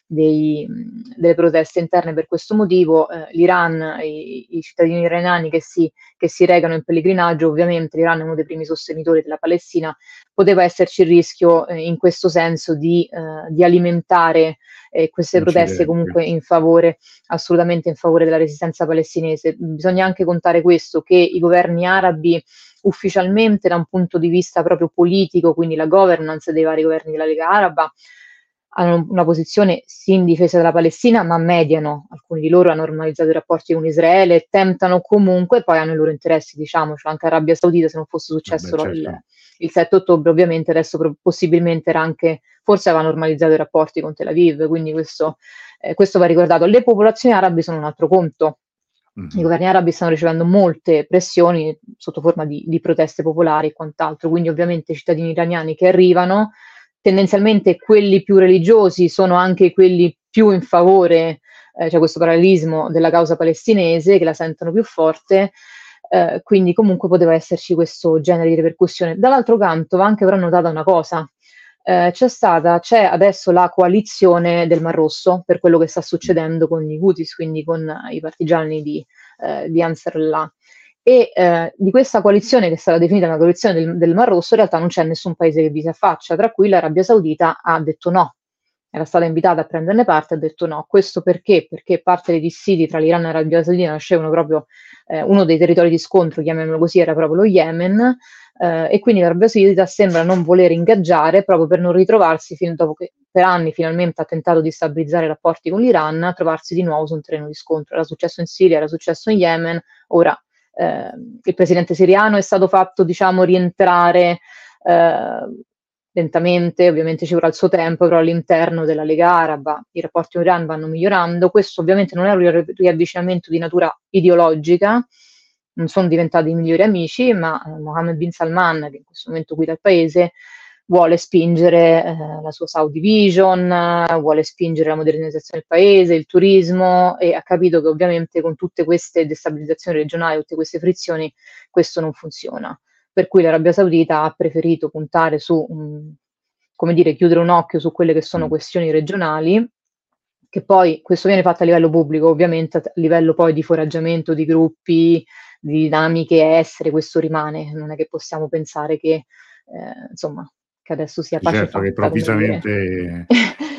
dei, mh, delle proteste interne per questo motivo. Eh, L'Iran, i, i cittadini iraniani che si, che si recano in pellegrinaggio, ovviamente l'Iran è uno dei primi sostenitori della Palestina, poteva esserci il rischio eh, in questo senso di, eh, di alimentare eh, queste proteste Incidente. comunque in favore, assolutamente in favore della resistenza palestinese. Bisogna anche contare questo, che i governi arabi ufficialmente da un punto di vista proprio politico, quindi la governance dei vari governi della Lega Araba, hanno una posizione sì in difesa della Palestina, ma mediano. Alcuni di loro hanno normalizzato i rapporti con Israele, tentano comunque, poi hanno i loro interessi, diciamo, cioè anche Arabia Saudita, se non fosse successo Vabbè, il, certo. il sette ottobre, ovviamente adesso pro- possibilmente era anche, forse aveva normalizzato i rapporti con Tel Aviv, quindi questo, eh, questo va ricordato. Le popolazioni arabe sono un altro conto. I Mhm. governi arabi stanno ricevendo molte pressioni sotto forma di, di proteste popolari e quant'altro, quindi ovviamente i cittadini iraniani che arrivano, tendenzialmente quelli più religiosi sono anche quelli più in favore, eh, c'è questo parallelismo della causa palestinese, che la sentono più forte, eh, quindi comunque poteva esserci questo genere di ripercussione. Dall'altro canto va anche però notata una cosa. Eh, c'è stata, c'è adesso la coalizione del Mar Rosso per quello che sta succedendo con i Houthis, quindi con eh, i partigiani di, eh, di Ansarallah. E eh, di questa coalizione, che è stata definita una coalizione del, del Mar Rosso, in realtà non c'è nessun paese che vi si affaccia, tra cui l'Arabia Saudita ha detto no. Era stata invitata a prenderne parte, ha detto no. Questo perché? Perché parte dei dissidi tra l'Iran e l'Arabia Saudita nascevano proprio, eh, uno dei territori di scontro, chiamiamolo così, era proprio lo Yemen, eh, e quindi l'Arabia Saudita sembra non voler ingaggiare proprio per non ritrovarsi, fin dopo che per anni finalmente ha tentato di stabilizzare i rapporti con l'Iran, a trovarsi di nuovo su un terreno di scontro. Era successo in Siria, era successo in Yemen, ora eh, il presidente siriano è stato fatto, diciamo, rientrare eh, lentamente, ovviamente ci vorrà il suo tempo, però all'interno della Lega Araba i rapporti con l'Iran vanno migliorando. Questo ovviamente non è un riavvicinamento di natura ideologica, non sono diventati i migliori amici, ma eh, Mohammed bin Salman, che in questo momento guida il paese, vuole spingere eh, la sua Saudi Vision, eh, vuole spingere la modernizzazione del paese, il turismo, e ha capito che ovviamente con tutte queste destabilizzazioni regionali, tutte queste frizioni, questo non funziona. Per cui l'Arabia Saudita ha preferito puntare su, um, come dire, chiudere un occhio su quelle che sono Mm. questioni regionali, che poi questo viene fatto a livello pubblico, ovviamente a livello poi di foraggiamento di gruppi, di dinamiche estere, questo rimane, non è che possiamo pensare che, eh, insomma, che adesso sia Sì, pace certo che fatta, come dire. improvvisamente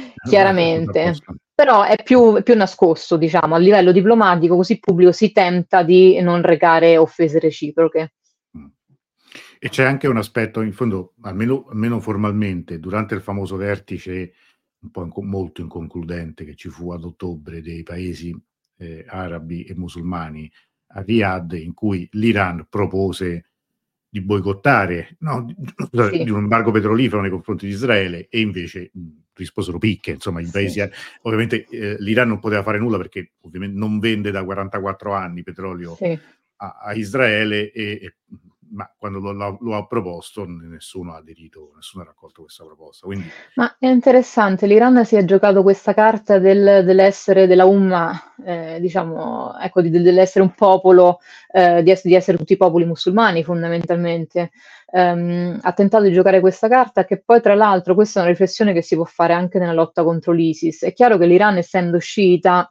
va tutto a Chiaramente, posto. però è più, è più nascosto, diciamo, a livello diplomatico, così pubblico si tenta di non recare offese reciproche. Mm. E c'è anche un aspetto, in fondo, almeno, almeno formalmente, durante il famoso vertice un po' inco- molto inconcludente che ci fu ad ottobre dei paesi eh, arabi e musulmani a Riyadh, in cui l'Iran propose di boicottare, no, di, scusate, di Sì, un embargo petrolifero nei confronti di Israele, e invece mh, risposero picche. Insomma, i sì. paesi, ar- ovviamente eh, l'Iran non poteva fare nulla perché ovviamente non vende da quarantaquattro anni petrolio Sì. a, a Israele, e, e, ma quando lo, lo, lo ha proposto nessuno ha aderito, nessuno ha raccolto questa proposta. Quindi Ma è interessante, l'Iran si è giocato questa carta del, dell'essere della Umma, eh, diciamo, ecco, di, dell'essere un popolo, eh, di, essere, di essere tutti popoli musulmani fondamentalmente. Um, ha tentato di giocare questa carta, che poi tra l'altro questa è una riflessione che si può fare anche nella lotta contro l'ISIS. È chiaro che l'Iran, essendo sciita,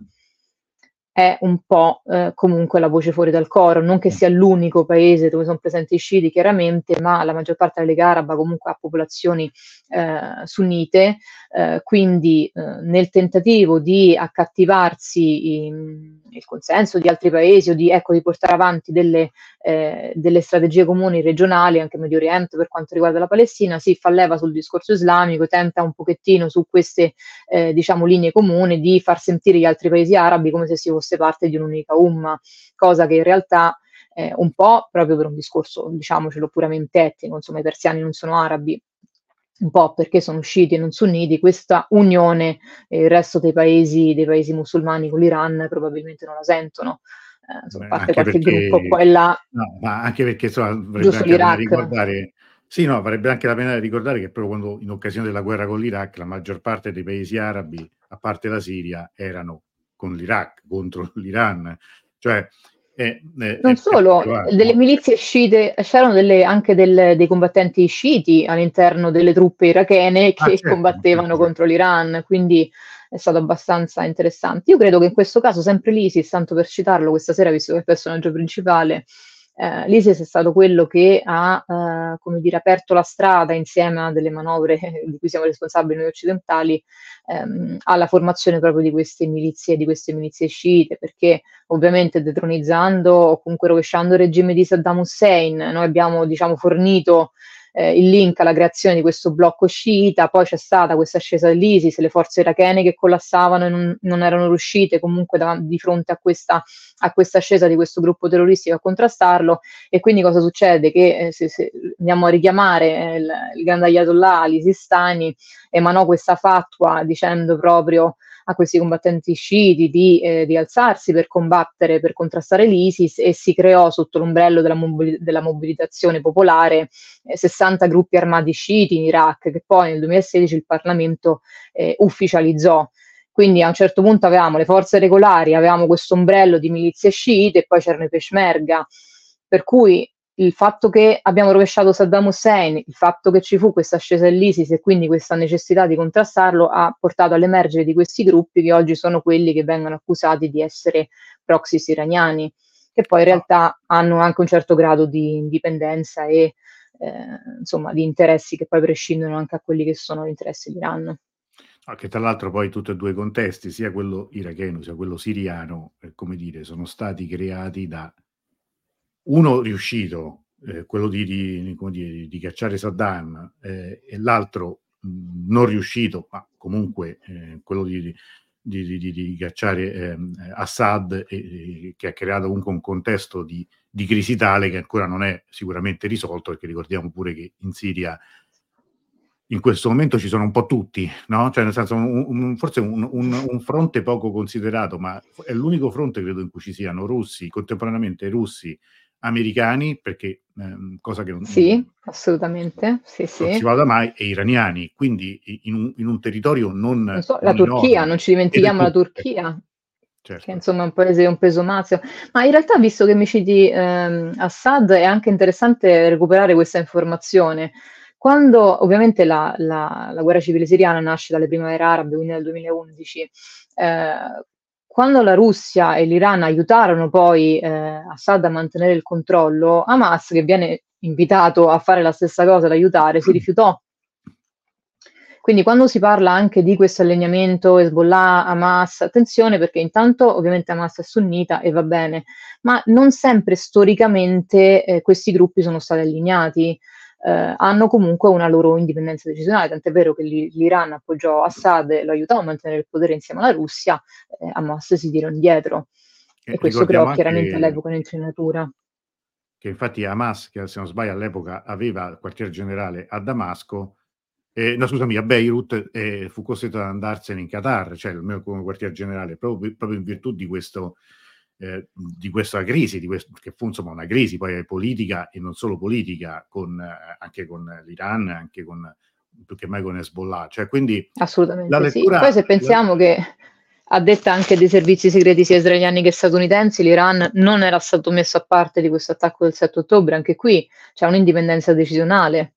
è un po' eh, comunque la voce fuori dal coro, non che sia l'unico paese dove sono presenti i sciiti chiaramente, ma la maggior parte della Lega Araba comunque ha popolazioni eh, sunnite, eh, quindi eh, nel tentativo di accattivarsi in, il consenso di altri paesi o di, ecco, di portare avanti delle, eh, delle strategie comuni regionali, anche in Medio Oriente per quanto riguarda la Palestina, si fa leva sul discorso islamico, tenta un pochettino su queste eh, diciamo linee comuni di far sentire gli altri paesi arabi come se si fosse parte di un'unica umma, cosa che in realtà eh, un po' proprio per un discorso, diciamocelo, puramente etnico, insomma i persiani non sono arabi, un po' perché sono sciiti e non sunniti, questa unione e il resto dei paesi, dei paesi musulmani con l'Iran probabilmente non la sentono, eh, insomma, a parte anche qualche gruppo perché, qua e là, no, ma anche perché insomma, varrebbe giusto anche la pena l'Iraq. ricordare, sì, no, varrebbe anche la pena ricordare che proprio quando, in occasione della guerra con l'Iraq, la maggior parte dei paesi arabi, a parte la Siria, erano con l'Iraq, contro l'Iran, cioè è, è, Non è, è solo, particolare, delle no? milizie sciite, c'erano delle, anche del, dei combattenti sciiti all'interno delle truppe irachene Ah, che certo, combattevano certo, certo. contro l'Iran, quindi è stato abbastanza interessante. Io credo che in questo caso sempre l'ISIS, tanto per citarlo questa sera, visto che è il personaggio principale, eh, l'ISIS è stato quello che ha, eh, come dire, aperto la strada insieme a delle manovre di cui siamo responsabili noi occidentali, ehm, alla formazione proprio di queste milizie, di queste milizie sciite, perché ovviamente detronizzando o comunque rovesciando il regime di Saddam Hussein, noi abbiamo, diciamo, fornito eh, il link alla creazione di questo blocco sciita, poi c'è stata questa ascesa dell'ISIS, le forze irachene che collassavano e non, non erano riuscite comunque da, di fronte a questa, a questa ascesa di questo gruppo terroristico a contrastarlo, e quindi cosa succede? Che eh, se, se andiamo a richiamare eh, il, il grande Ayatollah Ali Sistani, emanò questa fatwa dicendo proprio a questi combattenti sciiti di, eh, di alzarsi per combattere, per contrastare l'ISIS, e si creò sotto l'ombrello della, mobili- della mobilitazione popolare eh, sessanta gruppi armati sciiti in Iraq, che poi nel duemilasedici il Parlamento eh, ufficializzò. Quindi a un certo punto avevamo le forze regolari, avevamo questo ombrello di milizie sciite e poi c'erano i Peshmerga, per cui il fatto che abbiamo rovesciato Saddam Hussein, il fatto che ci fu questa ascesa dell'ISIS e quindi questa necessità di contrastarlo ha portato all'emergere di questi gruppi che oggi sono quelli che vengono accusati di essere proxies iraniani, che poi in realtà hanno anche un certo grado di indipendenza e eh, insomma di interessi che poi prescindono anche a quelli che sono gli interessi dell'Iran. Ah, che tra l'altro poi tutti e due i contesti, sia quello iracheno sia quello siriano, eh, come dire, sono stati creati da uno riuscito, eh, quello di, di, come dire, di cacciare Saddam, eh, e l'altro mh, non riuscito, ma comunque eh, quello di, di, di, di, di cacciare eh, Assad, eh, che ha creato comunque un contesto di, di crisi tale che ancora non è sicuramente risolto, perché ricordiamo pure che in Siria in questo momento ci sono un po' tutti, no? Cioè, nel senso, un, un, forse un, un, un fronte poco considerato, ma è l'unico fronte, credo, in cui ci siano russi, contemporaneamente russi, americani, perché ehm, cosa che non, Sì, assolutamente, sì, non si sì. valuta mai, e iraniani, quindi in un, in un territorio non, Non so, la non Turchia, enorme. non ci Ed è dimentichiamo la Turchia, Turchia, che certo. insomma è un paese, un peso mazio. Ma in realtà, visto che mi citi ehm, Assad, è anche interessante recuperare questa informazione. Quando ovviamente la, la- la guerra civile siriana nasce dalle primavere arabe, quindi nel duemilaundici, eh, quando la Russia e l'Iran aiutarono poi eh, Assad a mantenere il controllo, Hamas, che viene invitato a fare la stessa cosa, ad aiutare, si rifiutò. Quindi quando si parla anche di questo allineamento Hezbollah, Hamas, attenzione, perché intanto ovviamente Hamas è sunnita e va bene, ma non sempre storicamente eh, questi gruppi sono stati allineati, eh, hanno comunque una loro indipendenza decisionale, tant'è vero che l'i- l'Iran appoggiò Assad e lo aiutò a mantenere il potere insieme alla Russia, eh, Hamas si tirò indietro, Eh, e questo ricordiamo creò chiaramente anche all'epoca un'incrinatura. che infatti Hamas, che se non sbaglio all'epoca aveva il quartier generale a Damasco, eh, no scusami, a Beirut, eh, fu costretto ad andarsene in Qatar, cioè almeno come quartier generale, proprio, proprio in virtù di questo, eh, di questa crisi, di questo, che fu insomma una crisi poi politica e non solo politica, con, eh, anche con l'Iran, anche con, più che mai con Hezbollah. Cioè, quindi la Assolutamente sì. Poi lettura... se la- pensiamo che, a detta anche dei servizi segreti sia israeliani che statunitensi, l'Iran non era stato messo a parte di questo attacco del sette ottobre, anche qui c'è un'indipendenza decisionale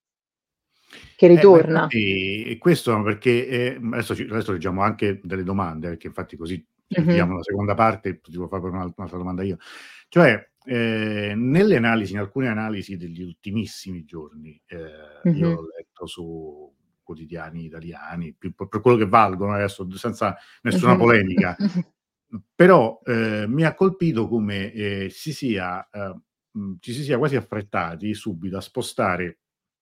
che Eh, ma ritorna. infatti questo perché eh, adesso, ci- adesso leggiamo anche delle domande, perché infatti così Mhm, chiudiamo la seconda parte, ti devo fare proprio un'altra, un'altra domanda io. Cioè, eh, nelle analisi, in alcune analisi degli ultimissimi giorni, eh, io mhm. l'ho letto su quotidiani italiani, più- per quello che valgono adesso, senza nessuna Mhm. polemica, però eh, mi ha colpito come eh, si sia, eh, mh, ci si sia quasi affrettati subito a spostare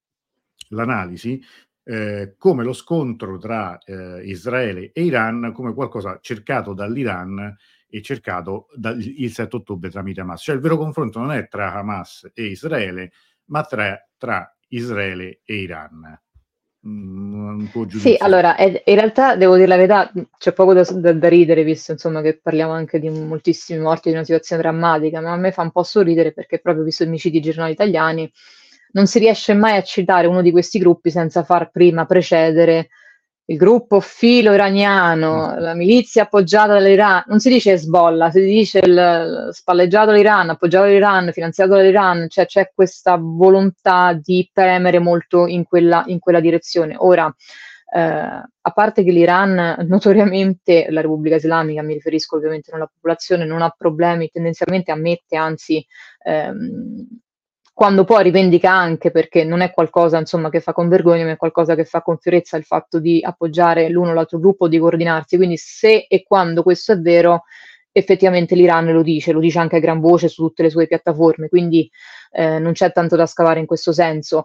l'analisi eh, come lo scontro tra eh, Israele e Iran come qualcosa cercato dall'Iran e cercato dal il sette ottobre tramite Hamas. Cioè il vero confronto non è tra Hamas e Israele, ma tra, tra Israele e Iran. Mm, un tuo Sì, giudizio su allora, ed- in realtà devo dire la verità, c'è poco da, da- da ridere, visto insomma che parliamo anche di moltissimi morti, di una situazione drammatica, ma a me fa un po' sorridere perché proprio visto i micidi giornali italiani, non si riesce mai a citare uno di questi gruppi senza far prima precedere il gruppo filo iraniano, la milizia appoggiata dall'Iran, non si dice Hezbollah, si dice il spalleggiato dall'Iran, appoggiato dall'Iran, finanziato dall'Iran, cioè c'è questa volontà di premere molto in quella, in quella direzione. Ora, Eh, a parte che l'Iran notoriamente, la Repubblica Islamica, mi riferisco ovviamente non alla popolazione, non ha problemi, tendenzialmente ammette, anzi ehm, quando poi rivendica anche, perché non è qualcosa insomma che fa con vergogna, ma è qualcosa che fa con fierezza, il fatto di appoggiare l'uno o l'altro gruppo, di coordinarsi. Quindi se e quando questo è vero, effettivamente l'Iran lo dice, lo dice anche a gran voce su tutte le sue piattaforme, quindi eh, non c'è tanto da scavare in questo senso.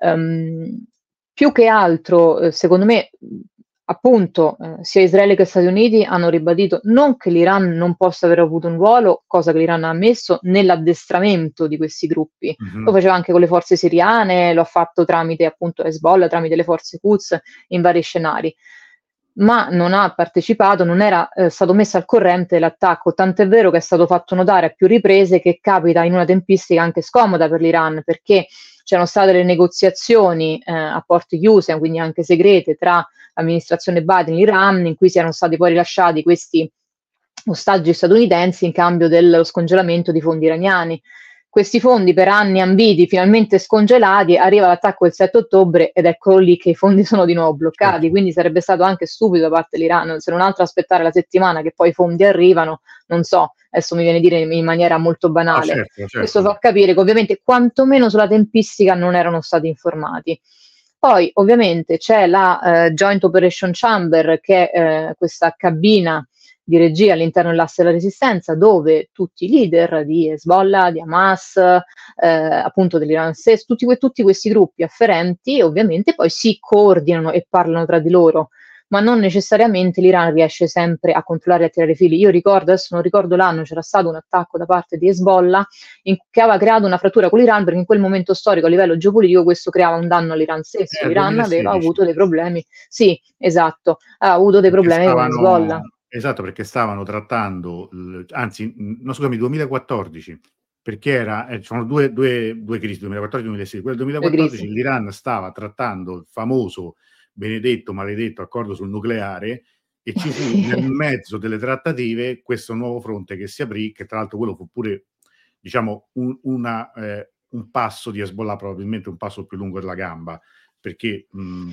Um, più che altro, eh, secondo me, appunto, eh, sia Israele che Stati Uniti hanno ribadito non che l'Iran non possa aver avuto un ruolo, cosa che l'Iran ha ammesso, nell'addestramento di questi gruppi. Mm-hmm. Lo faceva anche con le forze siriane, lo ha fatto tramite appunto Hezbollah, tramite le forze Quds in vari scenari, ma non ha partecipato, non era eh, stato messo al corrente dell'attacco, tant'è vero che è stato fatto notare a più riprese che capita in una tempistica anche scomoda per l'Iran, perché c'erano state le negoziazioni eh, a porte chiuse, quindi anche segrete, tra l'amministrazione Biden e l'Iran, in cui si erano stati poi rilasciati questi ostaggi statunitensi in cambio dello scongelamento di fondi iraniani. Questi fondi per anni ambiti, finalmente scongelati, arriva l'attacco del sette ottobre ed eccolo lì che i fondi sono di nuovo bloccati, certo. Quindi sarebbe stato anche stupido da parte dell'Iran, se non altro aspettare la settimana che poi i fondi arrivano, non so, adesso mi viene a dire in maniera molto banale. Oh, certo, certo. Questo fa capire che ovviamente quantomeno sulla tempistica non erano stati informati. Poi ovviamente c'è la eh, Joint Operation Chamber, che è eh, questa cabina di regia all'interno dell'asse della resistenza, dove tutti i leader di Hezbollah, di Hamas, eh, appunto dell'Iran stesso, tutti, tutti questi gruppi afferenti ovviamente poi si coordinano e parlano tra di loro, ma non necessariamente l'Iran riesce sempre a controllare e a tirare fili. Io ricordo, adesso non ricordo l'anno, c'era stato un attacco da parte di Hezbollah in, che aveva creato una frattura con l'Iran, perché in quel momento storico a livello geopolitico questo creava un danno all'Iran stesso. Eh, L'Iran duemilasedici aveva avuto dei problemi, sì, esatto, ha avuto dei perché problemi stavano, con Hezbollah. Esatto, perché stavano trattando, anzi, no, scusami, duemilaquattordici, perché era, eh, ci sono due, due, due crisi, duemilaquattordici duemilasedici. Quel duemilaquattordici l'Iran stava trattando il famoso, benedetto, maledetto accordo sul nucleare, e ci fu nel mezzo delle trattative questo nuovo fronte che si aprì, che tra l'altro quello fu pure, diciamo, un, una, eh, un passo di Hezbollah, probabilmente un passo più lungo della gamba, perché mh,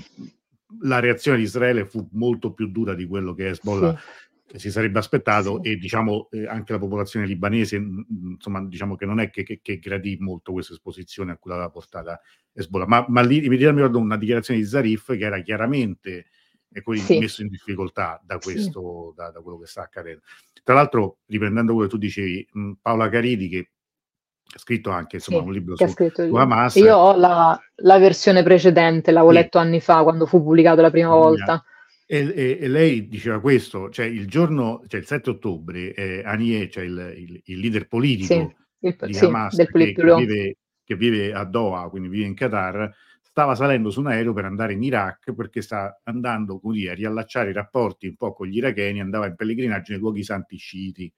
la reazione di Israele fu molto più dura di quello che Hezbollah sì. si sarebbe aspettato, sì. E diciamo eh, anche la popolazione libanese, mh, insomma, diciamo che non è che, che, che gradì molto questa esposizione a cui l'aveva portata Hezbollah, ma, ma lì mi ricordo una dichiarazione di Zarif che era chiaramente e quindi sì. messo in difficoltà da questo, sì. da, da quello che sta accadendo. Tra l'altro, riprendendo quello che tu dicevi, mh, Paola Caridi, che ha scritto anche insomma, sì, un libro su, su Hamas. Io ho la, la versione precedente, l'avevo sì. letto anni fa, quando fu pubblicato la prima volta. E, e, e lei diceva questo, cioè il giorno, cioè il sette ottobre, eh, Haniyeh, cioè il, il, il leader politico sì, il, di sì, Hamas, del che, che, vive, che vive a Doha, quindi vive in Qatar, stava salendo su un aereo per andare in Iraq, perché sta andando così a riallacciare i rapporti un po' con gli iracheni, andava in pellegrinaggio nei luoghi santi sciiti.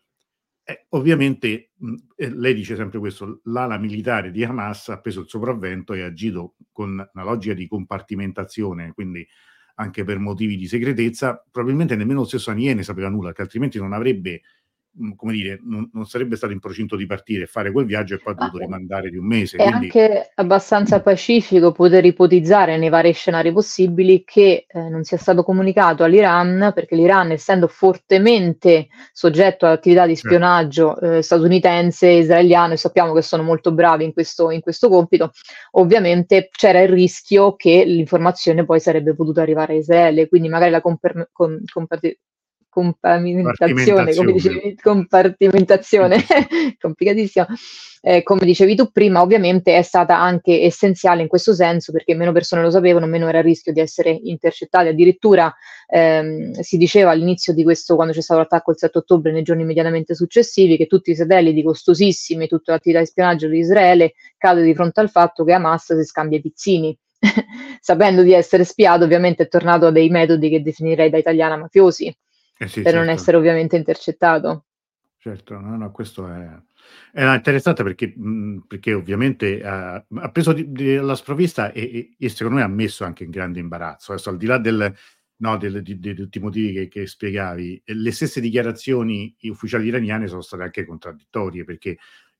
Eh, ovviamente mh, eh, lei dice sempre questo, l'ala militare di Hamas ha preso il sopravvento e ha agito con una logica di compartimentazione, quindi anche per motivi di segretezza. Probabilmente nemmeno lo stesso Haniyeh ne sapeva nulla, che altrimenti non avrebbe, mh, come dire, non, non sarebbe stato in procinto di partire e fare quel viaggio e poi ha dovuto ah, rimandare di un mese. È quindi... anche abbastanza pacifico poter ipotizzare nei vari scenari possibili che eh, non sia stato comunicato all'Iran, perché l'Iran, essendo fortemente soggetto all'attività di spionaggio eh, statunitense e israeliano, e sappiamo che sono molto bravi in questo, in questo compito, ovviamente c'era il rischio che l'informazione poi sarebbe potuta arrivare a Israele, quindi magari la comper- com- comparti- compartimentazione, come dicevi, compartimentazione, complicatissimo. Eh, come dicevi tu prima, ovviamente è stata anche essenziale in questo senso, perché meno persone lo sapevano, meno era il rischio di essere intercettati. Addirittura ehm, si diceva all'inizio di questo, quando c'è stato l'attacco il sette ottobre, nei giorni immediatamente successivi, che tutti i satelliti costosissimi, tutta l'attività di spionaggio di Israele cade di fronte al fatto che Hamas si scambia i pizzini. Sapendo di essere spiato, ovviamente è tornato a dei metodi che definirei da italiana mafiosi, eh sì, per certo. non essere ovviamente intercettato. Certo, no, no, questo è, è interessante perché, mh, perché ovviamente uh, ha preso di, di, la sprovvista e, e, e secondo me ha messo anche in grande imbarazzo. Adesso, al di là del, no, del, di, di, di tutti i motivi che, che spiegavi, le stesse dichiarazioni ufficiali iraniane sono state anche contraddittorie, perché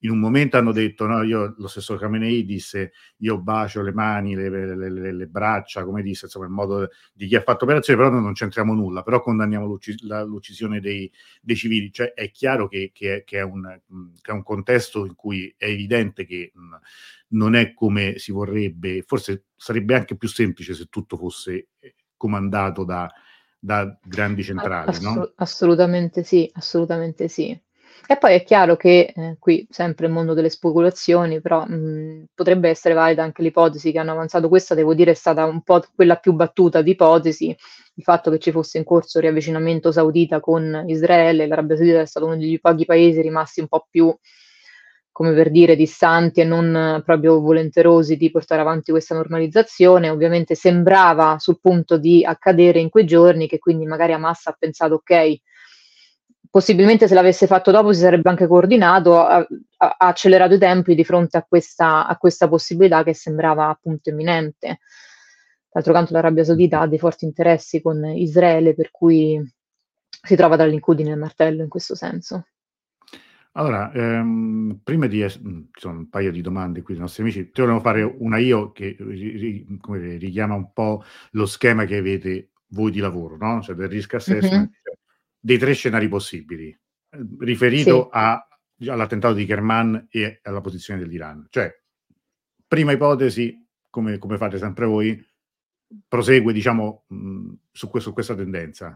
in un momento hanno detto, no, io, lo stesso Khamenei disse, io bacio le mani, le, le, le, le braccia, come disse, insomma, il modo di chi ha fatto operazioni, però noi non c'entriamo nulla, però condanniamo l'uccis- la, l'uccisione dei, dei civili. Cioè è chiaro che, che, che, è un, che è un contesto in cui è evidente che mh, non è come si vorrebbe, forse sarebbe anche più semplice se tutto fosse comandato da, da grandi centrali, Ass- no? assolutamente sì, assolutamente sì. E poi è chiaro che eh, qui sempre il mondo delle speculazioni, però mh, potrebbe essere valida anche l'ipotesi che hanno avanzato. Questa, devo dire, è stata un po' quella più battuta di ipotesi, il fatto che ci fosse in corso il riavvicinamento saudita con Israele. L'Arabia Saudita è stato uno dei pochi paesi rimasti un po' più, come per dire, distanti e non eh, proprio volenterosi di portare avanti questa normalizzazione. Ovviamente sembrava sul punto di accadere in quei giorni, che quindi magari Hamas ha pensato, ok, possibilmente se l'avesse fatto dopo si sarebbe anche coordinato, ha, ha accelerato i tempi di fronte a questa, a questa possibilità che sembrava appunto imminente. D'altro canto l'Arabia Saudita ha dei forti interessi con Israele, per cui si trova tra l'incudine e il martello in questo senso. Allora, ehm, prima di es- mh, ci sono un paio di domande qui dei nostri amici, te volevo fare una io che ri- ri- come dire, richiama un po' lo schema che avete voi di lavoro, no? Cioè del risk assessment, Mhm. cioè, dei tre scenari possibili, eh, Sì. riferito a- all'attentato di Kerman e alla posizione dell'Iran. Cioè, prima ipotesi, come, come fate sempre voi, prosegue, diciamo, mh, su, questo- su questa tendenza.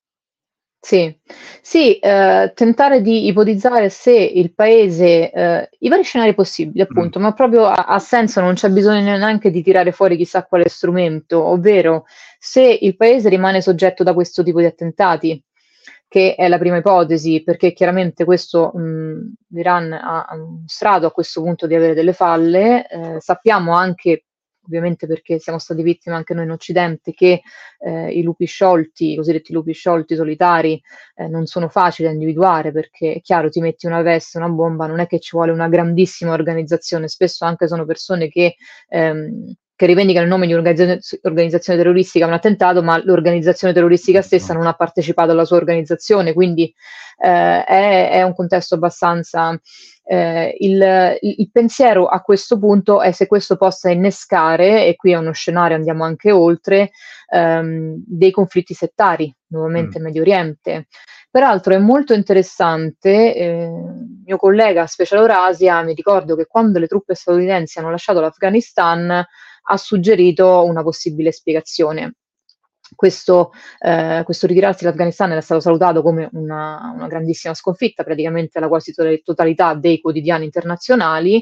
Sì, sì, ehm, tentare di ipotizzare se il paese ehm, i vari scenari possibili Mm, appunto, ma proprio ha ha senso, non c'è bisogno neanche di tirare fuori chissà quale strumento, ovvero se il paese rimane soggetto da questo tipo di attentati, che è la prima ipotesi, perché chiaramente questo mhmm, l'Iran ha ha mostrato a questo punto di avere delle falle, ehm, sappiamo anche, ovviamente perché siamo stati vittime anche noi in Occidente, che eh, i lupi sciolti, i cosiddetti lupi sciolti solitari, eh, non sono facili da individuare, perché è chiaro, ti metti una veste, una bomba, non è che ci vuole una grandissima organizzazione, spesso anche sono persone che, ehm, che rivendicano il nome di un'organizzazione terroristica, un attentato, ma l'organizzazione terroristica stessa non ha partecipato alla sua organizzazione, quindi eh, è, è un contesto abbastanza eh, il, il pensiero a questo punto è se questo possa innescare, e qui è uno scenario, andiamo anche oltre, ehm, dei conflitti settari, mm, nuovamente in Medio Oriente. Peraltro è molto interessante, eh, mio collega Special Eurasia, mi ricordo che quando le truppe statunitensi hanno lasciato l'Afghanistan ha suggerito una possibile spiegazione. Questo, eh, questo ritirarsi dall'Afghanistan era stato salutato come una, una grandissima sconfitta, praticamente la quasi totalità dei quotidiani internazionali.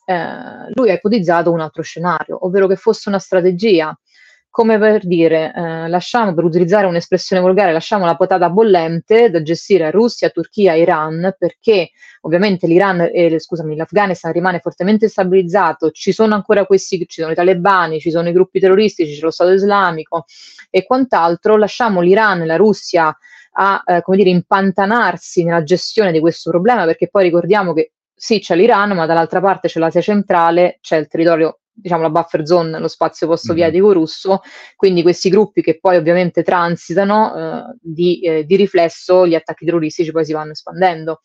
Eh, lui ha ipotizzato un altro scenario, ovvero che fosse una strategia, come per dire, eh, lasciamo, per utilizzare un'espressione volgare, lasciamo la patata bollente da gestire a Russia, Turchia, Iran, perché ovviamente l'Iran, eh, scusami, l'Afghanistan rimane fortemente stabilizzato, ci sono ancora questi, ci sono i talebani, ci sono i gruppi terroristici, c'è lo Stato islamico e quant'altro, lasciamo l'Iran e la Russia a, eh, come dire, impantanarsi nella gestione di questo problema, perché poi ricordiamo che sì, c'è l'Iran, ma dall'altra parte c'è l'Asia centrale, c'è il territorio, diciamo la buffer zone, lo spazio mm. post-sovietico russo, quindi questi gruppi che poi ovviamente transitano, eh, di, eh, di riflesso gli attacchi terroristici poi si vanno espandendo.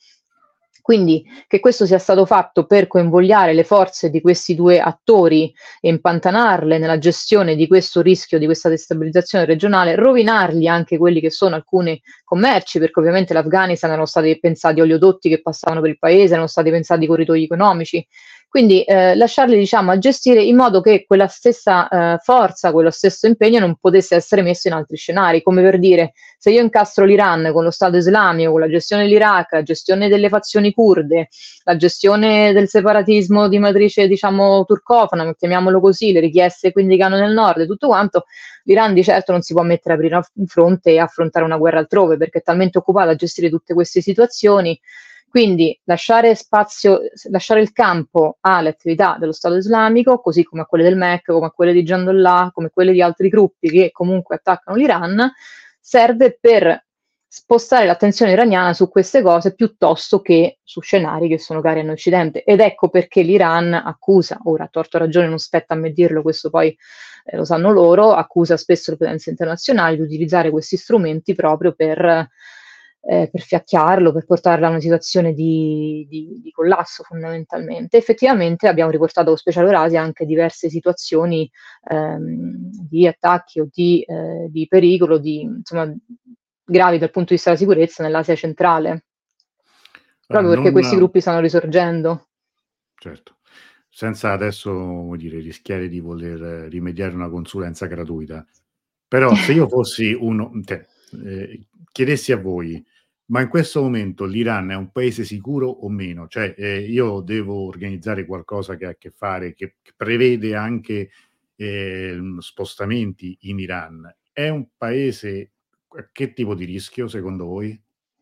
Quindi che questo sia stato fatto per coinvogliare le forze di questi due attori e impantanarle nella gestione di questo rischio, di questa destabilizzazione regionale, rovinargli anche quelli che sono alcuni commerci, perché ovviamente l'Afghanistan erano stati pensati oleodotti che passavano per il paese, erano stati pensati corridoi economici, quindi eh, lasciarli diciamo a gestire in modo che quella stessa eh, forza, quello stesso impegno non potesse essere messo in altri scenari, come per dire se io incastro l'Iran con lo Stato islamico, con la gestione dell'Iraq, la gestione delle fazioni kurde, la gestione del separatismo di matrice diciamo turcofona, chiamiamolo così, le richieste quindi che hanno nel nord e tutto quanto, l'Iran di certo non si può mettere a aprire un fronte e affrontare una guerra altrove perché è talmente occupato a gestire tutte queste situazioni. Quindi lasciare spazio, lasciare il campo alle attività dello Stato islamico, così come a quelle del M E C, come a quelle di Jandollah, come quelle di altri gruppi che comunque attaccano l'Iran, serve per spostare l'attenzione iraniana su queste cose piuttosto che su scenari che sono cari a noi Occidente. Ed ecco perché l'Iran accusa, ora a torto ragione non spetta a me dirlo, questo poi eh, lo sanno loro, accusa spesso le potenze internazionali di utilizzare questi strumenti proprio per eh, per fiacchiarlo, per portarlo a una situazione di, di, di collasso fondamentalmente. Effettivamente abbiamo riportato con Special Eurasia anche diverse situazioni ehm, di attacchi o di, eh, di pericolo, di, insomma, gravi dal punto di vista della sicurezza nell'Asia centrale, Allora, proprio perché questi non, gruppi stanno risorgendo. certo, senza adesso, come dire, rischiare di voler rimediare una consulenza gratuita. Però se io fossi uno, te, eh, chiedessi a voi, ma in questo momento l'Iran è un paese sicuro o meno? Cioè, eh, io devo organizzare qualcosa che ha a che fare, che, che prevede anche eh, spostamenti in Iran. È un paese, che tipo di rischio secondo voi?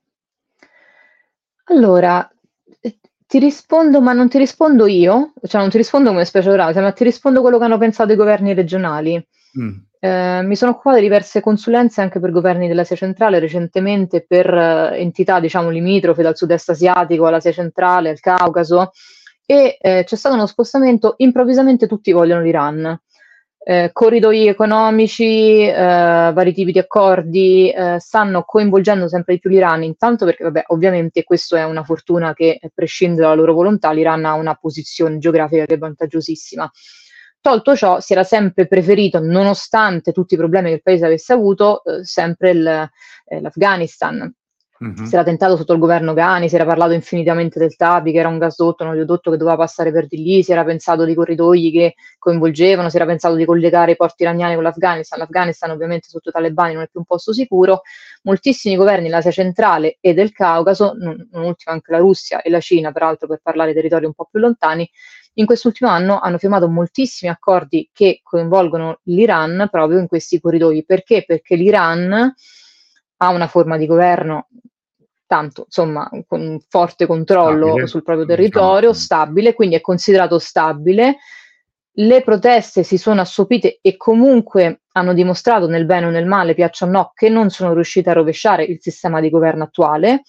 Allora, eh, ti rispondo, ma non ti rispondo io, cioè non ti rispondo come Special Eurasia, ma ti rispondo quello che hanno pensato i governi regionali. Mm, Eh, mi sono occupata di diverse consulenze anche per governi dell'Asia centrale recentemente, per eh, entità, diciamo, limitrofe dal sud-est asiatico all'Asia centrale, al Caucaso, e eh, c'è stato uno spostamento, improvvisamente tutti vogliono l'Iran. Eh, corridoi economici, eh, vari tipi di accordi, eh, stanno coinvolgendo sempre di più l'Iran, intanto perché, vabbè, ovviamente questo è una fortuna che eh, prescinde dalla loro volontà, l'Iran ha una posizione geografica che è vantaggiosissima. Tolto ciò, si era sempre preferito, nonostante tutti i problemi che il paese avesse avuto, eh, sempre il, eh, l'Afghanistan. Si mhm. era tentato sotto il governo Ghani, si era parlato infinitamente del Tapi, che era un gasdotto, un oleodotto che doveva passare per di lì, si era pensato di corridoi che coinvolgevano, si era pensato di collegare i porti iraniani con l'Afghanistan. L'Afghanistan ovviamente sotto i talebani non è più un posto sicuro. Moltissimi governi dell'Asia centrale e del Caucaso, non, non ultima anche la Russia e la Cina, peraltro per parlare di territori un po' più lontani, in quest'ultimo anno hanno firmato moltissimi accordi che coinvolgono l'Iran proprio in questi corridoi. Perché? Perché l'Iran ha una forma di governo tanto, insomma, con un forte controllo Stabile, sul proprio diciamo. territorio, stabile, quindi è considerato stabile. Le proteste si sono assopite e comunque hanno dimostrato nel bene o nel male, piaccia o no, che non sono riuscite a rovesciare il sistema di governo attuale.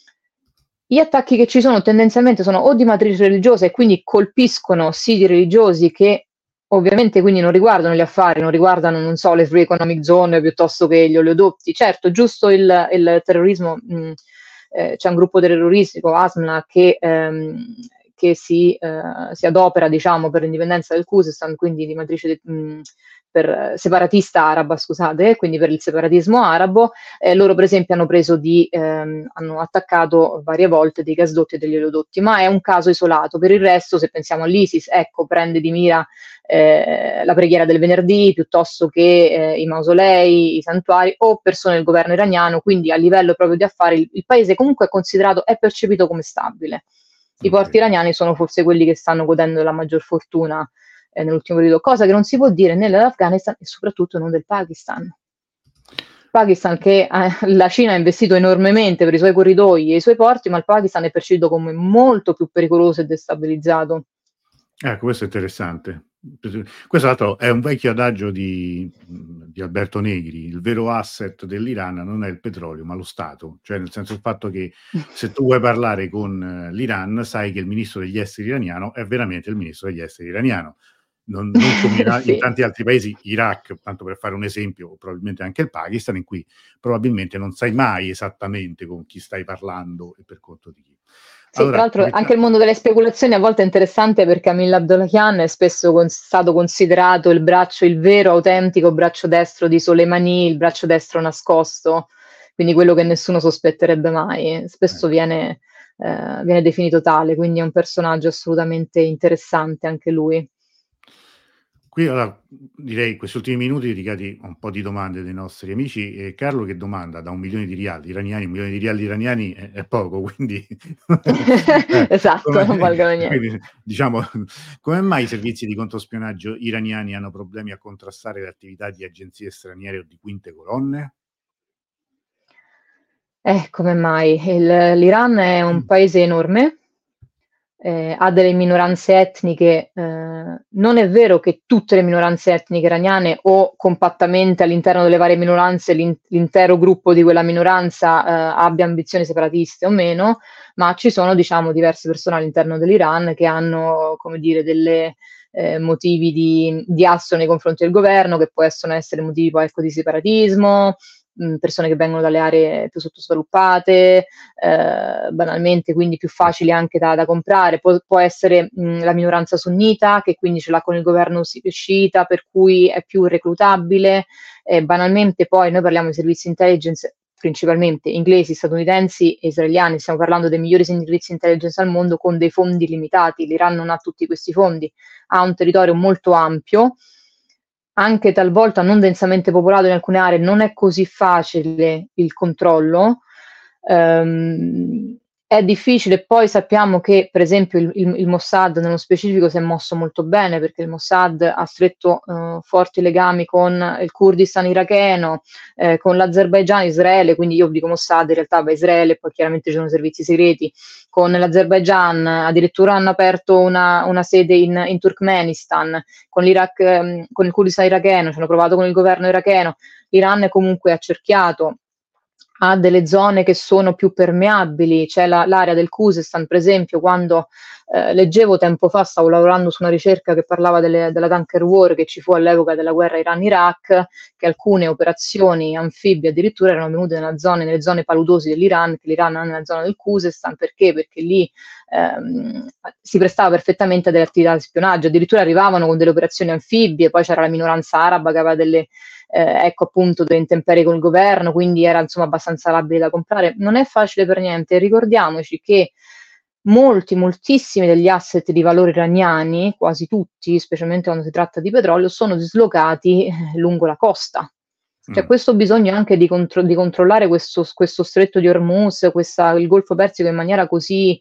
Gli attacchi che ci sono tendenzialmente sono o di matrice religiosa e quindi colpiscono siti religiosi che ovviamente quindi non riguardano gli affari, non riguardano, non so, le free economic zone piuttosto che gli oleodotti. Certo, giusto il, il terrorismo, mh, eh, c'è un gruppo terroristico, ASMNA, che, ehm, che si, eh, si adopera, diciamo, per l'indipendenza del Khuzestan, quindi di matrice mh, per, separatista araba, scusate, quindi per il separatismo arabo. Eh, loro per esempio hanno preso di, ehm, hanno attaccato varie volte dei gasdotti e degli oleodotti, ma è un caso isolato. Per il resto, se pensiamo all'ISIS, ecco, prende di mira eh, la preghiera del venerdì piuttosto che eh, i mausolei, i santuari o persone del governo iraniano, quindi a livello proprio di affari il, il paese comunque è considerato, è percepito come stabile. I porti Ok. iraniani sono forse quelli che stanno godendo della maggior fortuna eh, nell'ultimo periodo, cosa che non si può dire né dell'Afghanistan e soprattutto non del Pakistan. Pakistan che eh, la Cina ha investito enormemente per i suoi corridoi e i suoi porti, ma il Pakistan è percepito come molto più pericoloso e destabilizzato. Ecco, questo è interessante. Questo altro è un vecchio adagio di, di Alberto Negri: il vero asset dell'Iran non è il petrolio, ma lo Stato. Cioè, nel senso, il fatto che se tu vuoi parlare con l'Iran, sai che il ministro degli esteri iraniano è veramente il ministro degli esteri iraniano. Non, non come in, in Sì. tanti altri paesi, Iraq, tanto per fare un esempio, o probabilmente anche il Pakistan, in cui probabilmente non sai mai esattamente con chi stai parlando e per conto di chi. Sì, tra Allora, l'altro anche il mondo delle speculazioni a volte è interessante perché Camille Abdollahian è spesso con- stato considerato il braccio, il vero autentico braccio destro di Soleimani, il braccio destro nascosto, quindi quello che nessuno sospetterebbe mai. Spesso ecco. viene, eh, viene definito tale, quindi è un personaggio assolutamente interessante anche lui. Qui allora, direi questi ultimi minuti dedicati a un po' di domande dei nostri amici. E Carlo che domanda: da un milione di rial iraniani, un milione di rial iraniani è, è poco, quindi, eh, Esatto, come, non valgono niente. quindi diciamo, come mai i servizi di controspionaggio iraniani hanno problemi a contrastare le attività di agenzie straniere o di quinte colonne? Eh, come mai? Il- L'Iran è un Mm, paese enorme, eh, ha delle minoranze etniche, eh, non è vero che tutte le minoranze etniche iraniane o compattamente all'interno delle varie minoranze l'in- l'intero gruppo di quella minoranza eh, abbia ambizioni separatiste o meno, ma ci sono, diciamo, diverse persone all'interno dell'Iran che hanno, come dire, delle eh, motivi di, di asso nei confronti del governo, che possono essere motivi poi ecco, di separatismo, mh, persone che vengono dalle aree più sottosviluppate, eh, banalmente, quindi più facili anche da, da comprare. Pu- può essere mh, la minoranza sunnita, che quindi ce l'ha con il governo si- sciita, per cui è più reclutabile. Eh, banalmente poi noi parliamo di servizi intelligence principalmente inglesi, statunitensi e israeliani, stiamo parlando dei migliori servizi intelligence al mondo con dei fondi limitati. L'Iran non ha tutti questi fondi, ha un territorio molto ampio, anche talvolta non densamente popolato in alcune aree, non è così facile il controllo. Um, è difficile. Poi sappiamo che per esempio il, il, il Mossad nello specifico si è mosso molto bene, perché il Mossad ha stretto uh, forti legami con il Kurdistan iracheno, eh, con l'Azerbaigian, Israele, quindi io dico Mossad, in realtà va Israele, poi chiaramente ci sono servizi segreti, con l'Azerbaigian, addirittura hanno aperto una, una sede in, in Turkmenistan, con l'Iraq, ehm, con il Kurdistan iracheno, ci hanno provato con il governo iracheno. L'Iran è comunque accerchiato, ha delle zone che sono più permeabili. C'è la, l'area del Khuzestan, per esempio, quando eh, leggevo tempo fa, stavo lavorando su una ricerca che parlava delle, della tanker war che ci fu all'epoca della guerra Iran-Iraq, che alcune operazioni anfibie addirittura erano venute nella zone, nelle zone paludose dell'Iran, che l'Iran ha nella zona del Khuzestan. Perché? Perché lì ehm, si prestava perfettamente a delle attività di spionaggio, addirittura arrivavano con delle operazioni anfibie. Poi c'era la minoranza araba che aveva delle Eh, ecco appunto delle intemperie con il governo, quindi era insomma abbastanza labile da comprare. Non è facile per niente. Ricordiamoci che molti, moltissimi degli asset di valore iraniani, quasi tutti, specialmente quando si tratta di petrolio, sono dislocati eh, lungo la costa. C'è Mm. questo bisogno anche di, contro- di controllare questo, questo stretto di Hormuz, questa, il Golfo Persico in maniera così,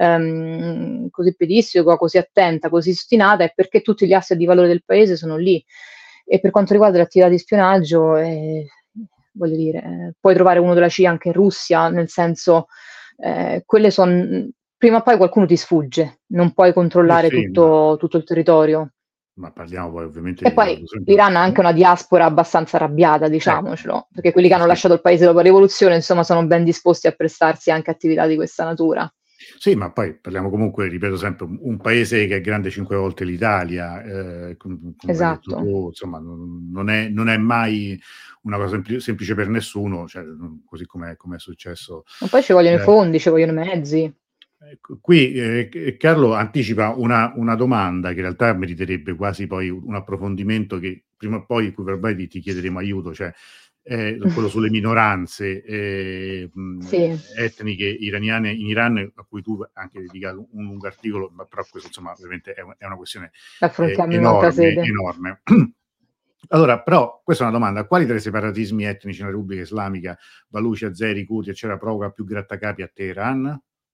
ehm, così pedissequa, così attenta, così ostinata, è perché tutti gli asset di valore del paese sono lì. E per quanto riguarda l'attività di spionaggio, eh, voglio dire, eh, puoi trovare uno della C I A anche in Russia, nel senso, eh, quelle sono, prima o poi qualcuno ti sfugge, non puoi Sì, controllare sì, ma, tutto, tutto il territorio. ma parliamo poi ovviamente E di poi dato sempre. l'Iran ha anche una diaspora abbastanza arrabbiata, Ecco, diciamocelo, perché quelli che sì, hanno sì. lasciato il paese dopo la rivoluzione, insomma, sono ben disposti a prestarsi anche a attività di questa natura. Sì, ma poi parliamo comunque, ripeto sempre, un un paese che è grande cinque volte l'Italia, eh, com- come hai detto Esatto. tu, insomma, non, non è, non è mai una cosa sempli- semplice per nessuno, cioè, non- così come è successo. Ma poi ci vogliono i Eh, fondi, ci vogliono i mezzi. ecco, qui eh, Carlo anticipa una, una domanda che in realtà meriterebbe quasi poi un approfondimento che prima o poi, cui probabilmente ti chiederemo aiuto, cioè eh, quello sulle minoranze eh, mh, Sì, etniche iraniane in Iran, a cui tu anche hai dedicato un lungo articolo, ma però questo insomma ovviamente è, un- è una questione eh, affrontiamo in un'altra enorme, sede. enorme. Allora, però, questa è una domanda: quali tra i separatismi etnici nella Repubblica Islamica, Baluci, Azeri, Curdi, eccetera, provoca più grattacapi a Teheran?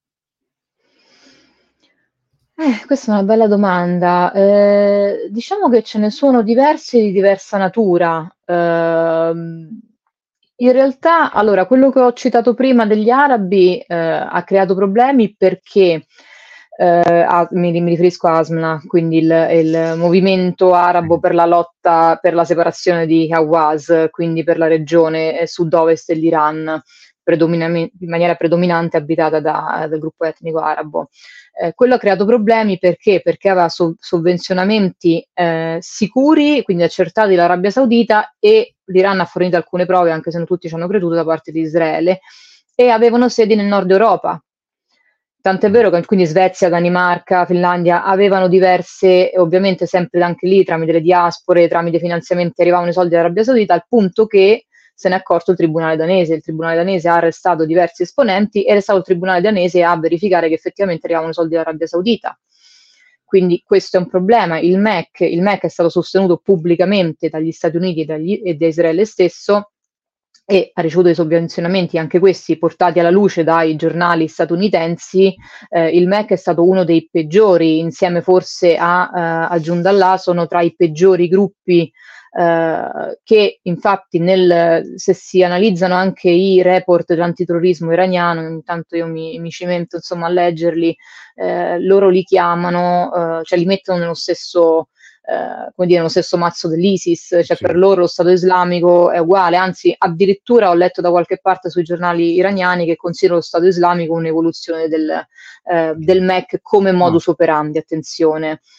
Eh, questa è una bella domanda. Eh, diciamo che ce ne sono diversi di diversa natura. Ehm, in realtà, allora, quello che ho citato prima degli arabi eh, ha creato problemi perché eh, a- mi, mi riferisco a ASMNA, quindi il, il movimento arabo Sì, per la lotta per la separazione di Hawaz, quindi per la regione eh, sud-ovest dell'Iran, predominame- in maniera predominante abitata da- dal gruppo etnico arabo. Eh, quello ha creato problemi perché? Perché aveva sov- sovvenzionamenti eh, sicuri, quindi accertati dall'Arabia Saudita, e l'Iran ha fornito alcune prove, anche se non tutti ci hanno creduto, da parte di Israele, e avevano sedi nel nord Europa. Tant'è mm, vero che quindi Svezia, Danimarca, Finlandia avevano diverse, ovviamente sempre anche lì tramite le diaspore, tramite finanziamenti arrivavano i soldi dall'Arabia Saudita, al punto che se ne è accorto il tribunale danese. Il tribunale danese ha arrestato diversi esponenti ed è stato il tribunale danese a verificare che effettivamente arrivavano i soldi dall'Arabia Saudita. Quindi questo è un problema. Il M E C, il M E C è stato sostenuto pubblicamente dagli Stati Uniti e, dagli, e da Israele stesso, e ha ricevuto dei sovvenzionamenti, anche questi portati alla luce dai giornali statunitensi. Eh, il M E C è stato uno dei peggiori, insieme forse a, eh, a Giundallah, sono tra i peggiori gruppi eh, che infatti nel, se si analizzano anche i report dell'antiterrorismo iraniano, intanto io mi, mi cimento insomma a leggerli, eh, loro li chiamano, eh, cioè li mettono nello stesso eh, come dire, nello stesso mazzo dell'ISIS, cioè sì. per loro lo Stato islamico è uguale, anzi addirittura ho letto da qualche parte sui giornali iraniani che considerano lo Stato islamico un'evoluzione del, eh, del M E C come Ah, modus operandi, attenzione.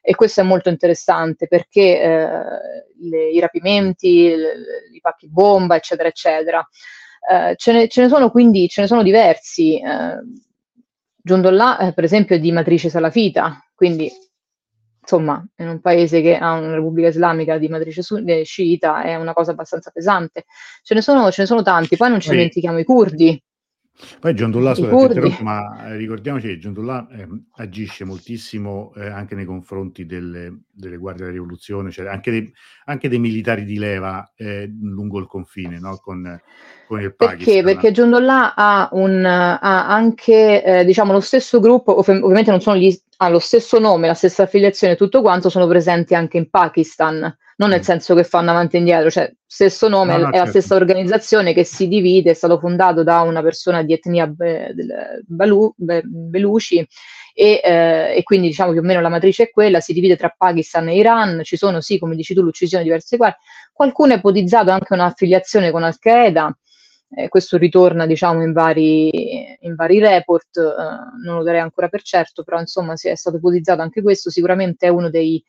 e questo è molto interessante perché eh, le, i rapimenti, le, i pacchi bomba, eccetera, eccetera. Eh, ce, ne, ce ne sono quindi, ce ne sono diversi. Eh, Giundollah, eh, per esempio, è di matrice salafita, quindi insomma, in un paese che ha una repubblica islamica di matrice su- eh, sciita è una cosa abbastanza pesante. Ce ne sono, ce ne sono tanti, poi non ci Poi dimentichiamo i curdi. Poi Giundollah, I scusa, ti curdi. interrompo, ma eh, ricordiamoci che Giundollah ehm, agisce moltissimo eh, anche nei confronti delle, delle guardie della rivoluzione, cioè anche dei, anche dei militari di leva eh, lungo il confine, no? con, con il Perché? Pakistan. Perché Giundollah ha, un, ha anche eh, diciamo, lo stesso gruppo, ov- ovviamente non sono gli, ha lo stesso nome, la stessa affiliazione, tutto quanto, sono presenti anche in Pakistan, non nel Mm. senso che fanno avanti e indietro, cioè stesso nome, No, è no, è la certo. stessa organizzazione che si divide, è stato fondato da una persona di etnia be- del- Balu- be- Beluci e, eh, e quindi diciamo più o meno la matrice è quella, si divide tra Pakistan e Iran, ci sono sì, come dici tu, l'uccisione di diverse guardie, qualcuno ha ipotizzato anche un'affiliazione con Al-Qaeda. Eh, questo ritorna diciamo in vari, in vari report, eh, non lo darei ancora per certo, però insomma si è stato ipotizzato anche questo, sicuramente è uno dei,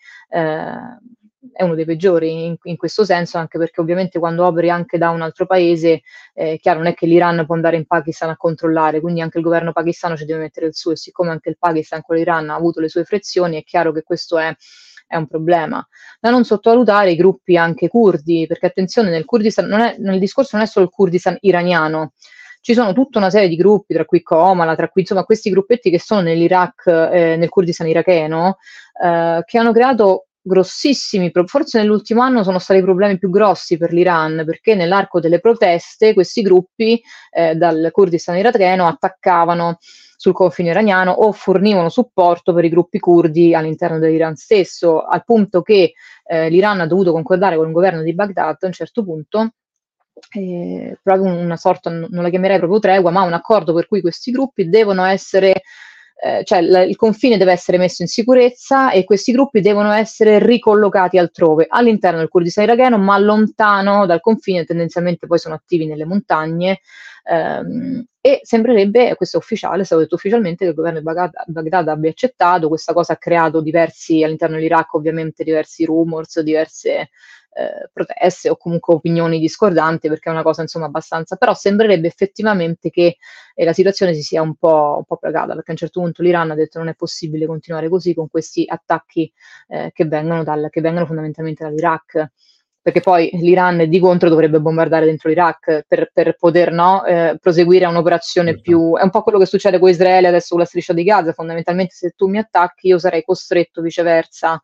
eh, è uno dei peggiori in, in questo senso, anche perché ovviamente quando operi anche da un altro paese, eh, chiaro, non è che l'Iran può andare in Pakistan a controllare, quindi anche il governo pakistano ci deve mettere il suo, e siccome anche il Pakistan con l'Iran ha avuto le sue frizioni, è chiaro che questo è, è un problema. Da non sottovalutare i gruppi anche curdi, perché attenzione, nel Kurdistan non è, nel discorso non è solo il Kurdistan iraniano, ci sono tutta una serie di gruppi, tra cui Comala, tra cui insomma questi gruppetti che sono nell'Iraq, eh, nel Kurdistan iracheno, eh, che hanno creato grossissimi, forse nell'ultimo anno sono stati i problemi più grossi per l'Iran, perché nell'arco delle proteste questi gruppi eh, dal Kurdistan iracheno attaccavano sul confine iraniano o fornivano supporto per i gruppi curdi all'interno dell'Iran stesso, al punto che eh, l'Iran ha dovuto concordare con il governo di Baghdad a un certo punto eh, proprio una sorta, non la chiamerei proprio tregua, ma un accordo per cui questi gruppi devono essere, eh, cioè l- il confine deve essere messo in sicurezza e questi gruppi devono essere ricollocati altrove, all'interno del Kurdistan iracheno, ma lontano dal confine, tendenzialmente poi sono attivi nelle montagne. Ehm, e sembrerebbe, questo è ufficiale, è stato detto ufficialmente che il governo di Baghdad, Baghdad abbia accettato, questa cosa ha creato diversi, all'interno dell'Iraq ovviamente diversi rumors, diverse eh, proteste o comunque opinioni discordanti, perché è una cosa insomma abbastanza, però sembrerebbe effettivamente che eh, la situazione si sia un po', un po' placata, perché a un certo punto l'Iran ha detto non è possibile continuare così con questi attacchi eh, che, vengono dal, che vengono fondamentalmente dall'Iraq, perché poi l'Iran di contro dovrebbe bombardare dentro l'Iraq per, per poter no, eh, proseguire a un'operazione Certo. più... È un po' quello che succede con Israele adesso con la striscia di Gaza, fondamentalmente se tu mi attacchi io sarei costretto viceversa.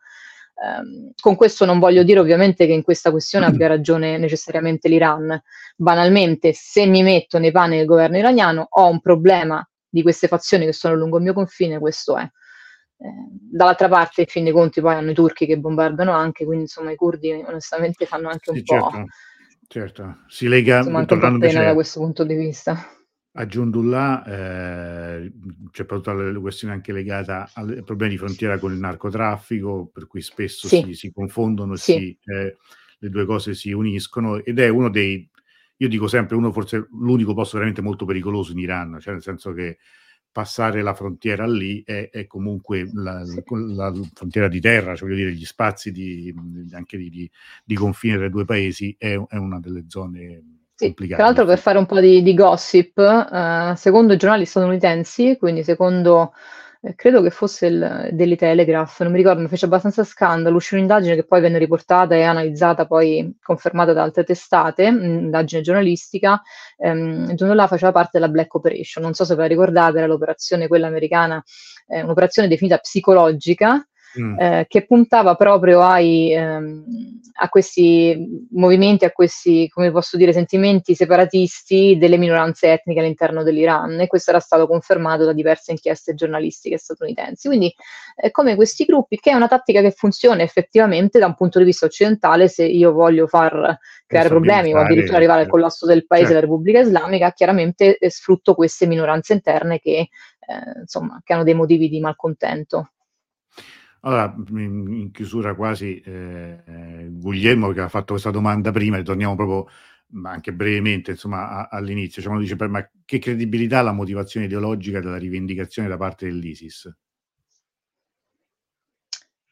Um, con questo non voglio dire ovviamente che in questa questione abbia ragione necessariamente l'Iran. Banalmente, se mi metto nei panni del governo iraniano, ho un problema di queste fazioni che sono lungo il mio confine, questo è. Eh, dall'altra parte, in fin dei conti, poi hanno i turchi che bombardano anche, quindi insomma i curdi onestamente fanno anche un Sì, po', certo, certo. Si lega, insomma, anche un po' tornando pena da invece questo punto di vista. a Giundullah, eh, c'è proprio tutta la questione anche legata ai problemi di frontiera con il narcotraffico, per cui spesso Sì, si, si confondono e sì. si, eh, le due cose si uniscono ed è uno dei, io dico sempre, uno forse l'unico posto veramente molto pericoloso in Iran, cioè nel senso che passare la frontiera lì è, è comunque la, Sì. la frontiera di terra, cioè voglio dire gli spazi di, anche di, di, di confine tra i due paesi è, è una delle zone Sì, tra complicate, l'altro per difficili. fare un po' di, di gossip, eh, secondo i giornali statunitensi, quindi secondo, eh, credo che fosse il Daily Telegraph, non mi ricordo, mi fece abbastanza scandalo, uscì un'indagine che poi venne riportata e analizzata, poi confermata da altre testate, un'indagine giornalistica, ehm, il giorno là faceva parte della Black Operation, non so se ve la ricordate, era l'operazione quella americana, eh, un'operazione definita psicologica, Mm. eh, che puntava proprio ai, ehm, a questi movimenti, a questi, come posso dire, sentimenti separatisti delle minoranze etniche all'interno dell'Iran, e questo era stato confermato da diverse inchieste giornalistiche statunitensi. Quindi eh, come questi gruppi, che è una tattica che funziona effettivamente da un punto di vista occidentale, se io voglio far creare problemi o addirittura Destabilizzare, arrivare al certo. collasso del paese, Certo. la Repubblica Islamica, chiaramente eh, sfrutto queste minoranze interne che, eh, insomma, che hanno dei motivi di malcontento. Allora, in, in chiusura quasi, eh, Guglielmo che ha fatto questa domanda prima, ritorniamo proprio, ma anche brevemente, insomma, a, all'inizio, cioè, uno dice, ma che credibilità ha la motivazione ideologica della rivendicazione da parte dell'ISIS?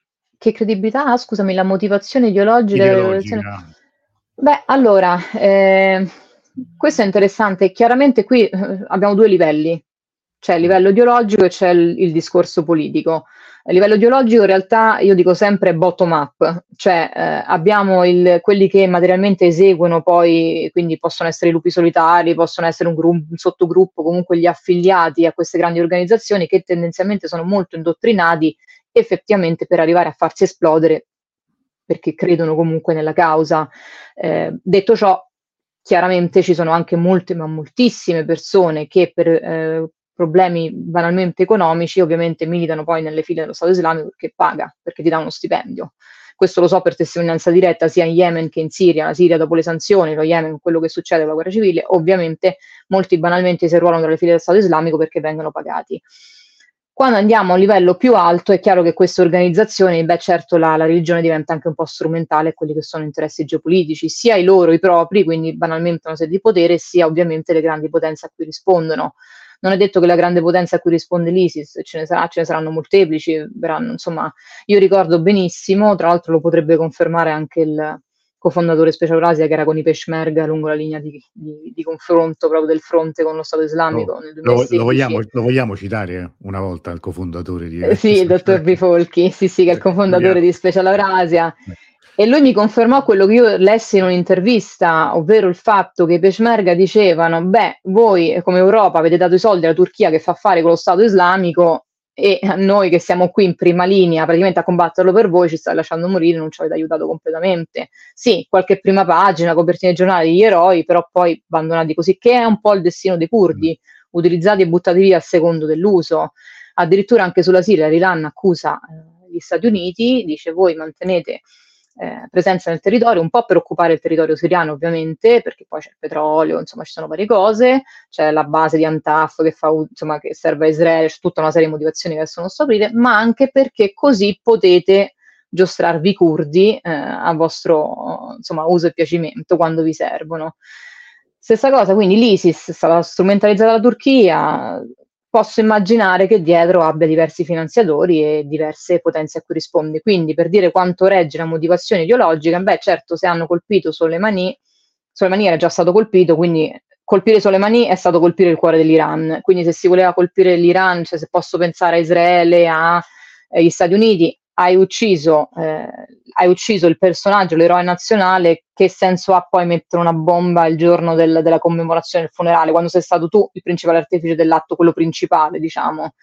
che credibilità ha, scusami, la motivazione ideologica della rivoluzione? Ideologica. Beh, allora, eh, questo è interessante. Chiaramente qui eh, abbiamo due livelli. C'è il Mm. livello ideologico e c'è il, il discorso politico. A livello ideologico, in realtà, io dico sempre bottom up, cioè eh, abbiamo il- quelli che materialmente eseguono, poi quindi possono essere i lupi solitari, possono essere un, gru- un sottogruppo, comunque gli affiliati a queste grandi organizzazioni che tendenzialmente sono molto indottrinati effettivamente per arrivare a farsi esplodere perché credono comunque nella causa. Eh, detto ciò, chiaramente ci sono anche molte, ma moltissime persone che per eh, problemi banalmente economici ovviamente militano poi nelle file dello Stato islamico perché paga, perché ti dà uno stipendio. Questo lo so per testimonianza diretta sia in Yemen che in Siria. La Siria dopo le sanzioni, lo Yemen, quello che succede con la guerra civile, ovviamente molti banalmente si arruolano dalle file dello Stato islamico perché vengono pagati. Quando andiamo a un livello più alto è chiaro che queste organizzazioni, beh certo la, la religione diventa anche un po' strumentale a quelli che sono interessi geopolitici, sia i loro, i propri, quindi banalmente una sede di potere, sia ovviamente le grandi potenze a cui rispondono. Non è detto che la grande potenza a cui risponde l'ISIS, ce ne, sarà, ce ne saranno molteplici, verranno, insomma, io ricordo benissimo, tra l'altro lo potrebbe confermare anche il cofondatore Special Eurasia che era con i Peshmerga lungo la linea di, di, di confronto proprio del fronte con lo Stato Lo, islamico nel lo- lo vogliamo, duemilasedici. lo vogliamo citare una volta il cofondatore di Eh, sì, il dottor Bifolchi, sì, sì, che è il Eh, cofondatore vogliamo- di Special Eurasia. eh, E lui mi confermò quello che io lessi in un'intervista, ovvero il fatto che i Peshmerga dicevano, beh, voi come Europa avete dato i soldi alla Turchia che fa fare con lo Stato islamico e a noi che siamo qui in prima linea praticamente a combatterlo per voi ci state lasciando morire, non ci avete aiutato completamente. Sì, qualche prima pagina, copertine giornali degli eroi, però poi abbandonati così, che è un po' il destino dei curdi, utilizzati e buttati via a secondo dell'uso. Addirittura anche sulla Siria l'Iran accusa eh, gli Stati Uniti, dice voi mantenete eh, presenza nel territorio, un po' per occupare il territorio siriano ovviamente, perché poi c'è il petrolio, insomma ci sono varie cose, c'è la base di Antaf che, fa, insomma, che serve a Israele, c'è tutta una serie di motivazioni che adesso non so aprire, ma anche perché così potete giostrarvi i curdi eh, a vostro insomma, uso e piacimento quando vi servono. Stessa cosa, quindi l'ISIS è stata strumentalizzata dalla Turchia, posso immaginare che dietro abbia diversi finanziatori e diverse potenze a cui risponde. Quindi per dire quanto regge la motivazione ideologica, beh certo se hanno colpito Soleimani, Soleimani era già stato colpito, quindi colpire Soleimani è stato colpire il cuore dell'Iran, quindi se si voleva colpire l'Iran, cioè se posso pensare a Israele, agli Stati Uniti, hai ucciso, eh, hai ucciso il personaggio, l'eroe nazionale, che senso ha poi mettere una bomba il giorno del, della commemorazione del funerale, quando sei stato tu il principale artefice dell'atto, quello principale, diciamo.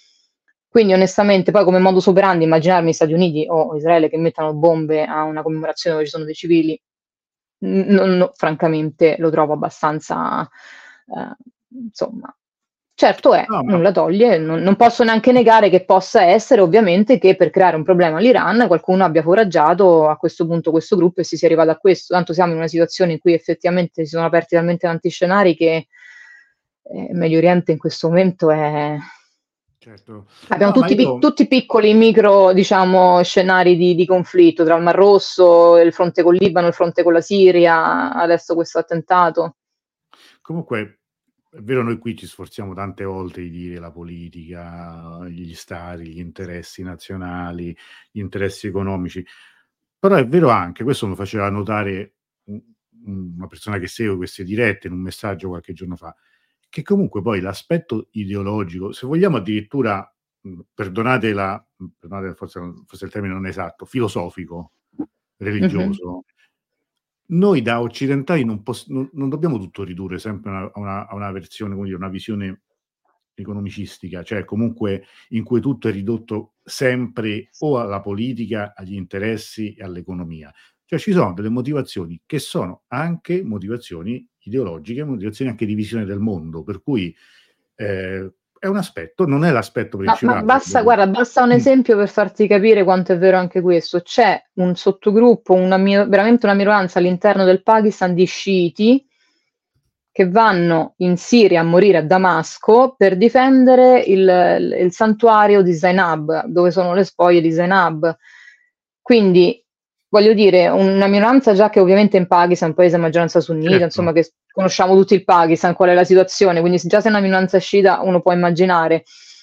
Quindi onestamente poi come modus operandi immaginarmi gli Stati Uniti o Israele che mettano bombe a una commemorazione dove ci sono dei civili, n- no, francamente lo trovo abbastanza, eh, insomma, certo è, No, ma nulla toglie, non, non posso neanche negare che possa essere ovviamente che per creare un problema all'Iran qualcuno abbia foraggiato a questo punto questo gruppo e si sia arrivato a questo, tanto siamo in una situazione in cui effettivamente si sono aperti talmente tanti scenari che eh, il Medio Oriente in questo momento è... certo. Abbiamo No, ma tutti, pic- io tutti piccoli micro, diciamo, scenari di, di conflitto tra il Mar Rosso, il fronte col Libano, il fronte con la Siria, adesso questo attentato. comunque è vero, noi qui ci sforziamo tante volte di dire la politica, gli stati, gli interessi nazionali, gli interessi economici, però è vero anche, questo lo faceva notare un- una persona che segue queste dirette in un messaggio qualche giorno fa, che comunque poi l'aspetto ideologico, se vogliamo addirittura, mh, perdonate la, mh, perdonate, forse, forse il termine non è esatto, filosofico, Mhm. religioso, noi da occidentali non, poss- non, non dobbiamo tutto ridurre sempre a una, a una, a una versione, come dire, una visione economicistica, cioè comunque in cui tutto è ridotto sempre o alla politica, agli interessi e all'economia. Cioè ci sono delle motivazioni che sono anche motivazioni ideologiche, motivazioni anche di visione del mondo, per cui eh, è un aspetto, non è l'aspetto Ma, ma principale. basta, guarda, basta un Mm. esempio per farti capire quanto è vero anche questo. C'è un sottogruppo, una, mi- veramente una minoranza all'interno del Pakistan di sciiti che vanno in Siria a morire a Damasco per difendere il, il santuario di Zainab, dove sono le spoglie di Zainab. Quindi, voglio dire, una minoranza già che ovviamente in Pakistan, un paese a maggioranza sunnita, insomma, Certo. che conosciamo tutti il Pakistan, qual è la situazione, quindi già se è una minoranza sciita uno può immaginare.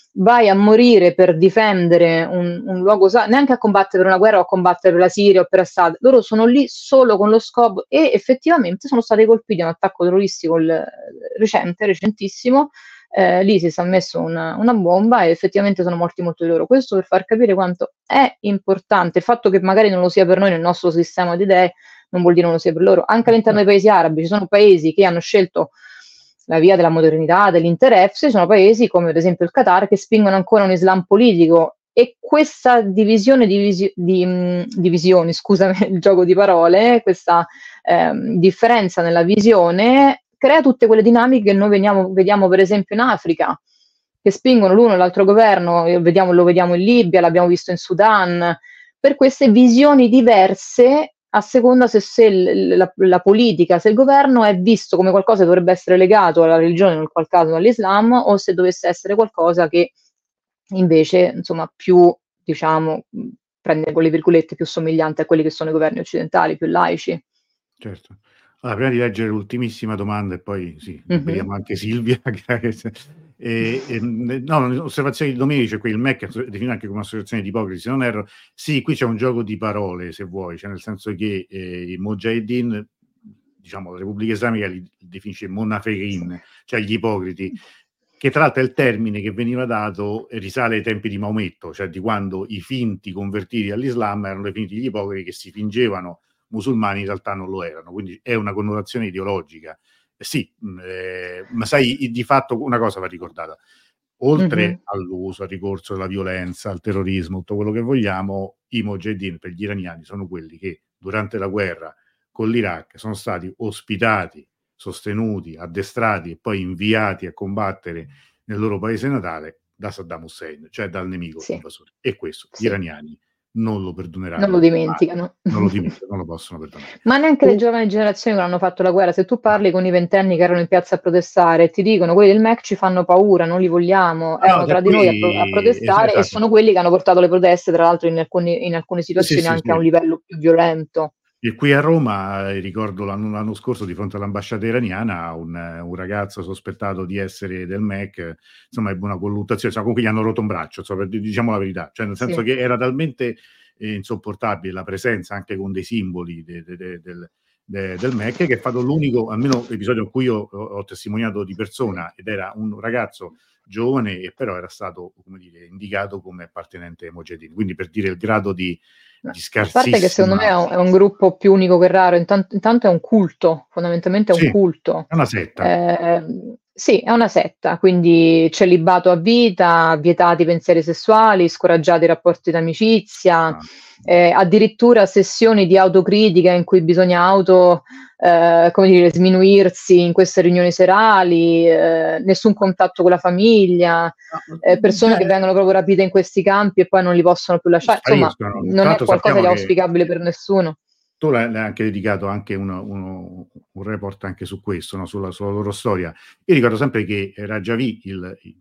vai a morire per difendere un, un luogo, neanche a combattere per una guerra o a combattere per la Siria o per Assad, loro sono lì solo con lo scopo, e effettivamente sono stati colpiti da un attacco terroristico il, recente, recentissimo, eh, lì si è messo una, una bomba e effettivamente sono morti molti di loro. Questo per far capire quanto è importante, il fatto che magari non lo sia per noi nel nostro sistema di idee non vuol dire non lo sia per loro, anche all'interno dei paesi arabi ci sono paesi che hanno scelto la via della modernità, dell'interesse, sono paesi come ad esempio il Qatar che spingono ancora un Islam politico, e questa divisione divisi- di mh, divisioni, scusami il gioco di parole, questa ehm, differenza nella visione crea tutte quelle dinamiche che noi veniamo, vediamo per esempio in Africa, che spingono l'uno e l'altro governo, vediamo, lo vediamo in Libia, l'abbiamo visto in Sudan, per queste visioni diverse a seconda se, se la, la politica, se il governo è visto come qualcosa che dovrebbe essere legato alla religione, in qual caso all'Islam, o se dovesse essere qualcosa che invece, insomma, più, diciamo, prende con le virgolette, più somigliante a quelli che sono i governi occidentali, più laici. Certo. Allora, prima di leggere l'ultimissima domanda e poi sì, Mm-hmm. vediamo anche Silvia. e, e, no, osservazione di Domenici, qui il M E C è definito anche come un'associazione di ipocriti, se non erro. Sì, qui c'è un gioco di parole, se vuoi, cioè nel senso che eh, i Mojahedin, diciamo, la Repubblica Islamica li definisce Monaferin, cioè gli ipocriti, che tra l'altro è il termine che veniva dato, risale ai tempi di Maometto, cioè di quando i finti convertiti all'Islam erano definiti gli ipocriti che si fingevano musulmani, in realtà non lo erano, quindi è una connotazione ideologica. Eh sì, eh, ma sai, di fatto una cosa va ricordata, oltre mm-hmm. all'uso, al ricorso alla violenza, al terrorismo, tutto quello che vogliamo, i Mojahedin per gli iraniani sono quelli che durante la guerra con l'Iraq sono stati ospitati, sostenuti, addestrati e poi inviati a combattere nel loro paese natale da Saddam Hussein, cioè dal nemico sì. invasore. E questo sì. gli iraniani non lo perdoneranno. Non lo dimenticano. Non lo dimenticano, non lo possono perdonare. Ma neanche le giovani generazioni che hanno fatto la guerra. Se tu parli con i ventenni che erano in piazza a protestare e ti dicono quelli del M E C ci fanno paura, non li vogliamo, no, erano tra qui, di noi a, pro- a protestare, esatto. E sono quelli che hanno portato le proteste, tra l'altro in, alcuni, in alcune situazioni sì, sì, anche sì. a un livello più violento. E qui a Roma, ricordo l'anno, l'anno scorso, di fronte all'ambasciata iraniana, un, un ragazzo sospettato di essere del M E C, insomma, ebbe una colluttazione, insomma, comunque gli hanno rotto un braccio, insomma, diciamo la verità, cioè nel senso sì. che era talmente eh, insopportabile la presenza anche con dei simboli de, de, de, del, de, del M E C, che è stato l'unico, almeno episodio in cui io ho, ho testimoniato di persona, ed era un ragazzo giovane e però era stato, come dire, indicato come appartenente ai Mojahedin, quindi per dire il grado di Di a parte che secondo me è un, è un gruppo più unico che raro, intanto, intanto è un culto, fondamentalmente è un sì, culto. È una setta. Eh, sì, è una setta, quindi celibato a vita, vietati i pensieri sessuali, scoraggiati i rapporti d'amicizia, ah. eh, addirittura sessioni di autocritica in cui bisogna auto, eh, come dire, sminuirsi in queste riunioni serali, eh, nessun contatto con la famiglia, eh, persone che vengono proprio rapite in questi campi e poi non li possono più lasciare, insomma non è qualcosa di auspicabile per nessuno. Tu l'hai anche dedicato anche uno, uno, un report anche su questo, no? sulla, sulla loro storia. Io ricordo sempre che Rajavi, il, il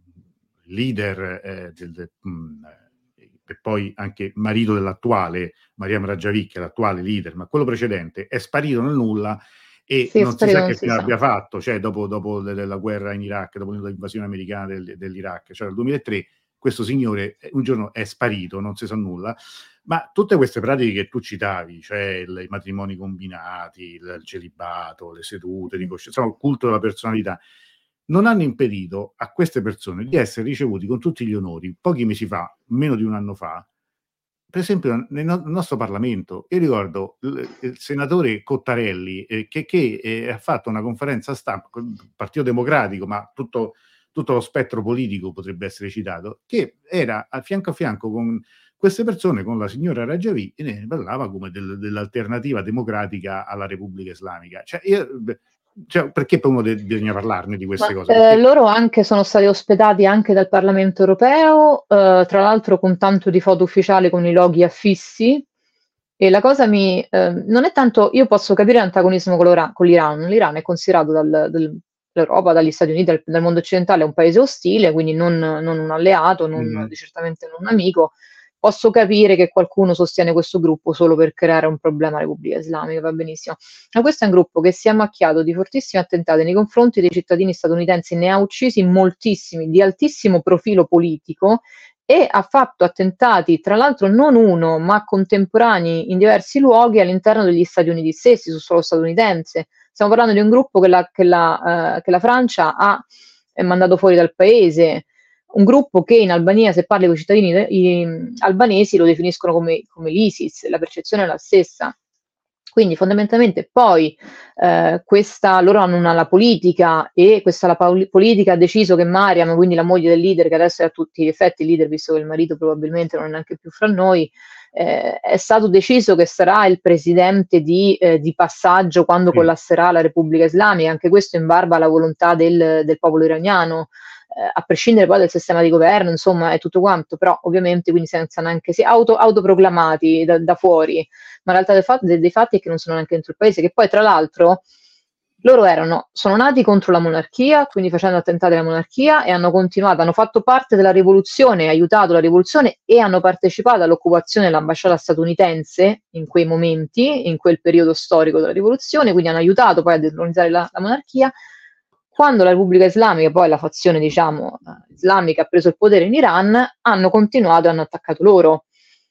leader eh, del, del, mh, e poi anche marito dell'attuale Mariam Rajavi, che è l'attuale leader, ma quello precedente, è sparito nel nulla e sì, non si sa che fine abbia fatto, cioè dopo, dopo la guerra in Iraq, dopo l'invasione americana del, dell'Iraq, cioè nel duemilatré, questo signore un giorno è sparito, non si sa nulla. Ma tutte queste pratiche che tu citavi, cioè il, i matrimoni combinati, il, il celibato, le sedute di coscienza, il culto della personalità, non hanno impedito a queste persone di essere ricevuti con tutti gli onori. Pochi mesi fa, meno di un anno fa, per esempio nel, no- nel nostro Parlamento, io ricordo il, il senatore Cottarelli eh, che, che eh, ha fatto una conferenza stampa con il Partito Democratico, ma tutto, tutto lo spettro politico potrebbe essere citato, che era a fianco a fianco con queste persone, con la signora Rajavi, e ne parlava come del, dell'alternativa democratica alla Repubblica Islamica. Cioè, io, cioè perché uno de- bisogna parlarne di queste Ma, cose? Perché... Eh, loro anche sono stati ospitati anche dal Parlamento europeo, eh, tra l'altro con tanto di foto ufficiali con i loghi affissi. E la cosa mi... Eh, non è tanto... Io posso capire l'antagonismo con, l'Iran, con l'Iran. L'Iran è considerato dal, dal, dall'Europa, dagli Stati Uniti, dal, dal mondo occidentale un paese ostile, quindi non, non un alleato, non, mm. certamente non un amico, posso capire che qualcuno sostiene questo gruppo solo per creare un problema alla Repubblica Islamica, va benissimo. Ma questo è un gruppo che si è macchiato di fortissimi attentati nei confronti dei cittadini statunitensi, ne ha uccisi moltissimi, di altissimo profilo politico, e ha fatto attentati, tra l'altro non uno, ma contemporanei in diversi luoghi all'interno degli Stati Uniti stessi, sul suolo statunitense. Stiamo parlando di un gruppo che la, che la, eh, che la Francia ha eh, mandato fuori dal paese, un gruppo che in Albania, se parli con i cittadini i, albanesi, lo definiscono come, come l'ISIS, la percezione è la stessa. Quindi fondamentalmente poi eh, questa, loro hanno una la politica, e questa la pol- politica ha deciso che Mariam, quindi la moglie del leader, che adesso è a tutti gli effetti il leader, visto che il marito probabilmente non è neanche più fra noi, eh, è stato deciso che sarà il presidente di, eh, di passaggio quando Sì. collasserà la Repubblica Islamica, anche questo in barba alla volontà del, del popolo iraniano. Eh, a prescindere poi dal sistema di governo, insomma, è tutto quanto, però ovviamente quindi senza neanche si auto, autoproclamati da, da fuori, ma in realtà dei fatti, dei, dei fatti è che non sono neanche dentro il paese, che poi tra l'altro loro erano, sono nati contro la monarchia, quindi facendo attentati alla monarchia, e hanno continuato, hanno fatto parte della rivoluzione, aiutato la rivoluzione e hanno partecipato all'occupazione dell'ambasciata statunitense in quei momenti, in quel periodo storico della rivoluzione, quindi hanno aiutato poi a detronizzare la, la monarchia. Quando la Repubblica Islamica, poi la fazione diciamo islamica, ha preso il potere in Iran, hanno continuato e hanno attaccato loro.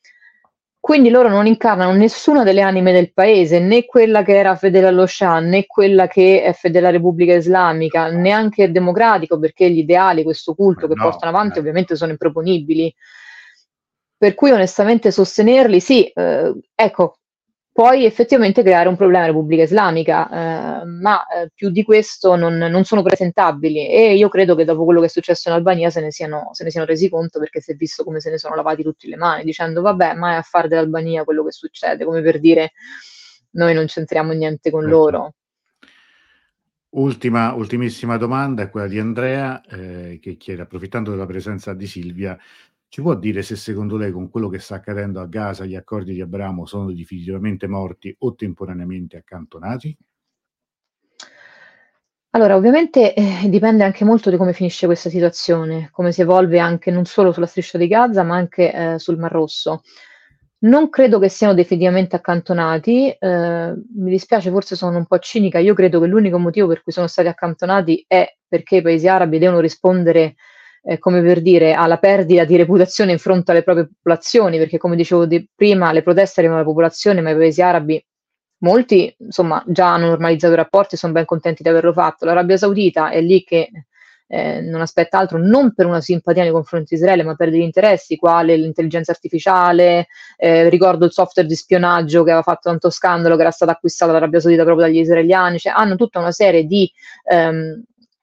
Quindi loro non incarnano nessuna delle anime del paese, né quella che era fedele allo Shah, né quella che è fedele alla Repubblica Islamica, neanche democratico, perché gli ideali, questo culto Ma che no, portano avanti, eh. ovviamente sono improponibili. Per cui onestamente sostenerli, sì, eh, ecco, puoi effettivamente creare un problema alla Repubblica Islamica, eh, ma eh, più di questo non, non sono presentabili, e io credo che dopo quello che è successo in Albania se ne siano, se ne siano resi conto, perché si è visto come se ne sono lavati tutti le mani, dicendo vabbè, ma è affare dell'Albania quello che succede, come per dire noi non c'entriamo niente con Certo. loro. Ultima, ultimissima domanda è quella di Andrea, eh, che chiede, approfittando della presenza di Silvia, ci può dire se secondo lei con quello che sta accadendo a Gaza gli accordi di Abramo sono definitivamente morti o temporaneamente accantonati? Allora, ovviamente eh, dipende anche molto di come finisce questa situazione, come si evolve anche non solo sulla striscia di Gaza, ma anche eh, sul Mar Rosso. Non credo che siano definitivamente accantonati, eh, mi dispiace, forse sono un po' cinica, io credo che l'unico motivo per cui sono stati accantonati è perché i paesi arabi devono rispondere, eh, come per dire, alla perdita di reputazione in fronte alle proprie popolazioni, perché come dicevo di prima, le proteste arrivano dalla popolazione, ma i paesi arabi, molti, insomma, già hanno normalizzato i rapporti e sono ben contenti di averlo fatto. L'Arabia Saudita è lì che eh, non aspetta altro, non per una simpatia nei confronti di Israele, ma per degli interessi, quale l'intelligenza artificiale, eh, ricordo il software di spionaggio che aveva fatto tanto scandalo, che era stato acquistato dall'Arabia Saudita proprio dagli israeliani, cioè hanno tutta una serie di... Ehm,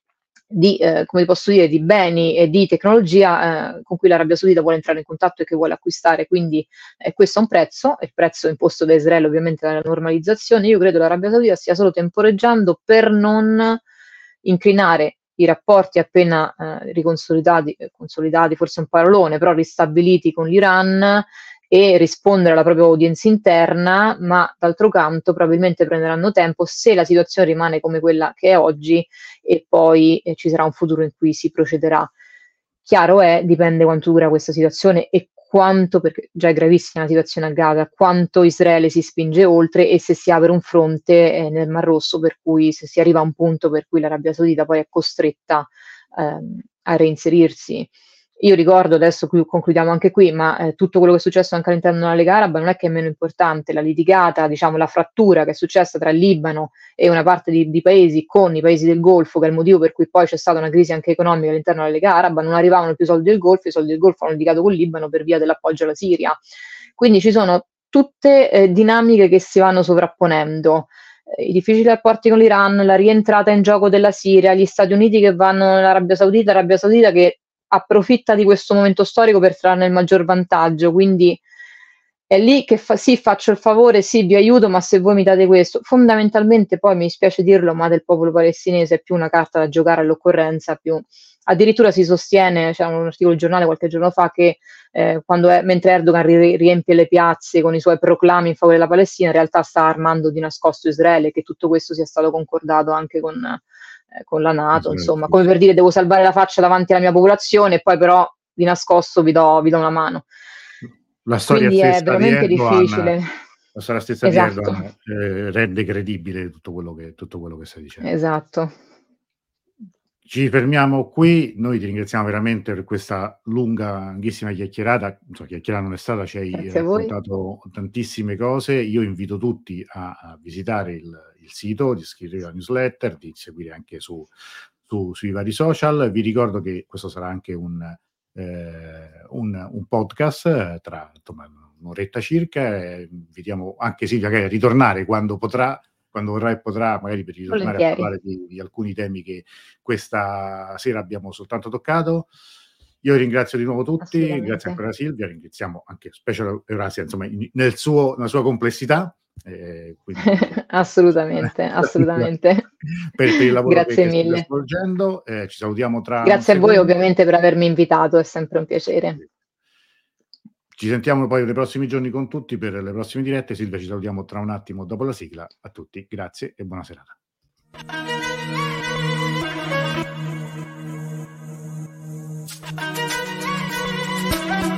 di, eh, come posso dire, di beni e di tecnologia eh, con cui l'Arabia Saudita vuole entrare in contatto e che vuole acquistare, quindi eh, questo è un prezzo, il prezzo imposto da Israele ovviamente dalla normalizzazione. Io credo che l'Arabia Saudita stia solo temporeggiando per non incrinare i rapporti appena eh, riconsolidati, eh, consolidati, forse un parolone, però ristabiliti con l'Iran, e rispondere alla propria audience interna, ma d'altro canto probabilmente prenderanno tempo se la situazione rimane come quella che è oggi, e poi eh, ci sarà un futuro in cui si procederà. Chiaro è, dipende quanto dura questa situazione e quanto, perché già è gravissima la situazione a Gaza, quanto Israele si spinge oltre e se si apre un fronte eh, nel Mar Rosso, per cui se si arriva a un punto per cui l'Arabia Saudita poi è costretta ehm, a reinserirsi. Io ricordo, adesso qui concludiamo anche qui, ma eh, tutto quello che è successo anche all'interno della Lega Araba non è che è meno importante, la litigata, diciamo la frattura che è successa tra il Libano e una parte di, di paesi con i paesi del Golfo, che è il motivo per cui poi c'è stata una crisi anche economica all'interno della Lega Araba, non arrivavano più soldi del Golfo, i soldi del Golfo hanno litigato col Libano per via dell'appoggio alla Siria. Quindi ci sono tutte eh, dinamiche che si vanno sovrapponendo. I difficili rapporti con l'Iran, la rientrata in gioco della Siria, gli Stati Uniti che vanno nell'Arabia Saudita, l'Arabia Saudita che approfitta di questo momento storico per trarne il maggior vantaggio, quindi è lì che fa, sì, faccio il favore, sì, vi aiuto, ma se voi mi date questo, fondamentalmente poi mi dispiace dirlo, ma del popolo palestinese è più una carta da giocare all'occorrenza, più addirittura si sostiene, c'è un articolo del giornale qualche giorno fa che eh, quando è, mentre Erdogan ri, riempie le piazze con i suoi proclami in favore della Palestina, in realtà sta armando di nascosto Israele, che tutto questo sia stato concordato anche con, eh, con la NATO, Esatto, insomma, sì. come per dire devo salvare la faccia davanti alla mia popolazione e poi però di nascosto vi do, vi do una mano. La storia Quindi è stessa di veramente Erdogan difficile. la storia stessa di Esatto. Erdogan, ehm, rende credibile tutto quello che tutto quello che stai dicendo. Esatto. Ci fermiamo qui, noi ti ringraziamo veramente per questa lunga lunghissima chiacchierata, insomma chiacchierata non è stata, ci hai Grazie a voi. raccontato tantissime cose. Io invito tutti a a visitare il il sito, di iscrivervi alla newsletter, di seguire anche su su sui vari social. Vi ricordo che questo sarà anche un ehm, un un podcast tra, insomma, un'oretta circa, e invitiamo anche Silvia magari a ritornare quando potrà, quando vorrà e potrà, magari per ritornare a Volentieri. parlare di di alcuni temi che questa sera abbiamo soltanto toccato. Io ringrazio di nuovo tutti, grazie Assolutamente. ancora Silvia, ringraziamo anche Special Eurasia, insomma, in nel suo nella sua complessità, ehm, quindi Assolutamente, assolutamente. per per il lavoro che Grazie che state mille. svolgendo, ehm, ci salutiamo tra un Grazie a voi secondo. ovviamente per avermi invitato, è sempre un piacere. Ci sentiamo poi nei prossimi giorni con tutti per le prossime dirette. Silvia, ci salutiamo tra un attimo dopo la sigla. A tutti grazie e buona serata.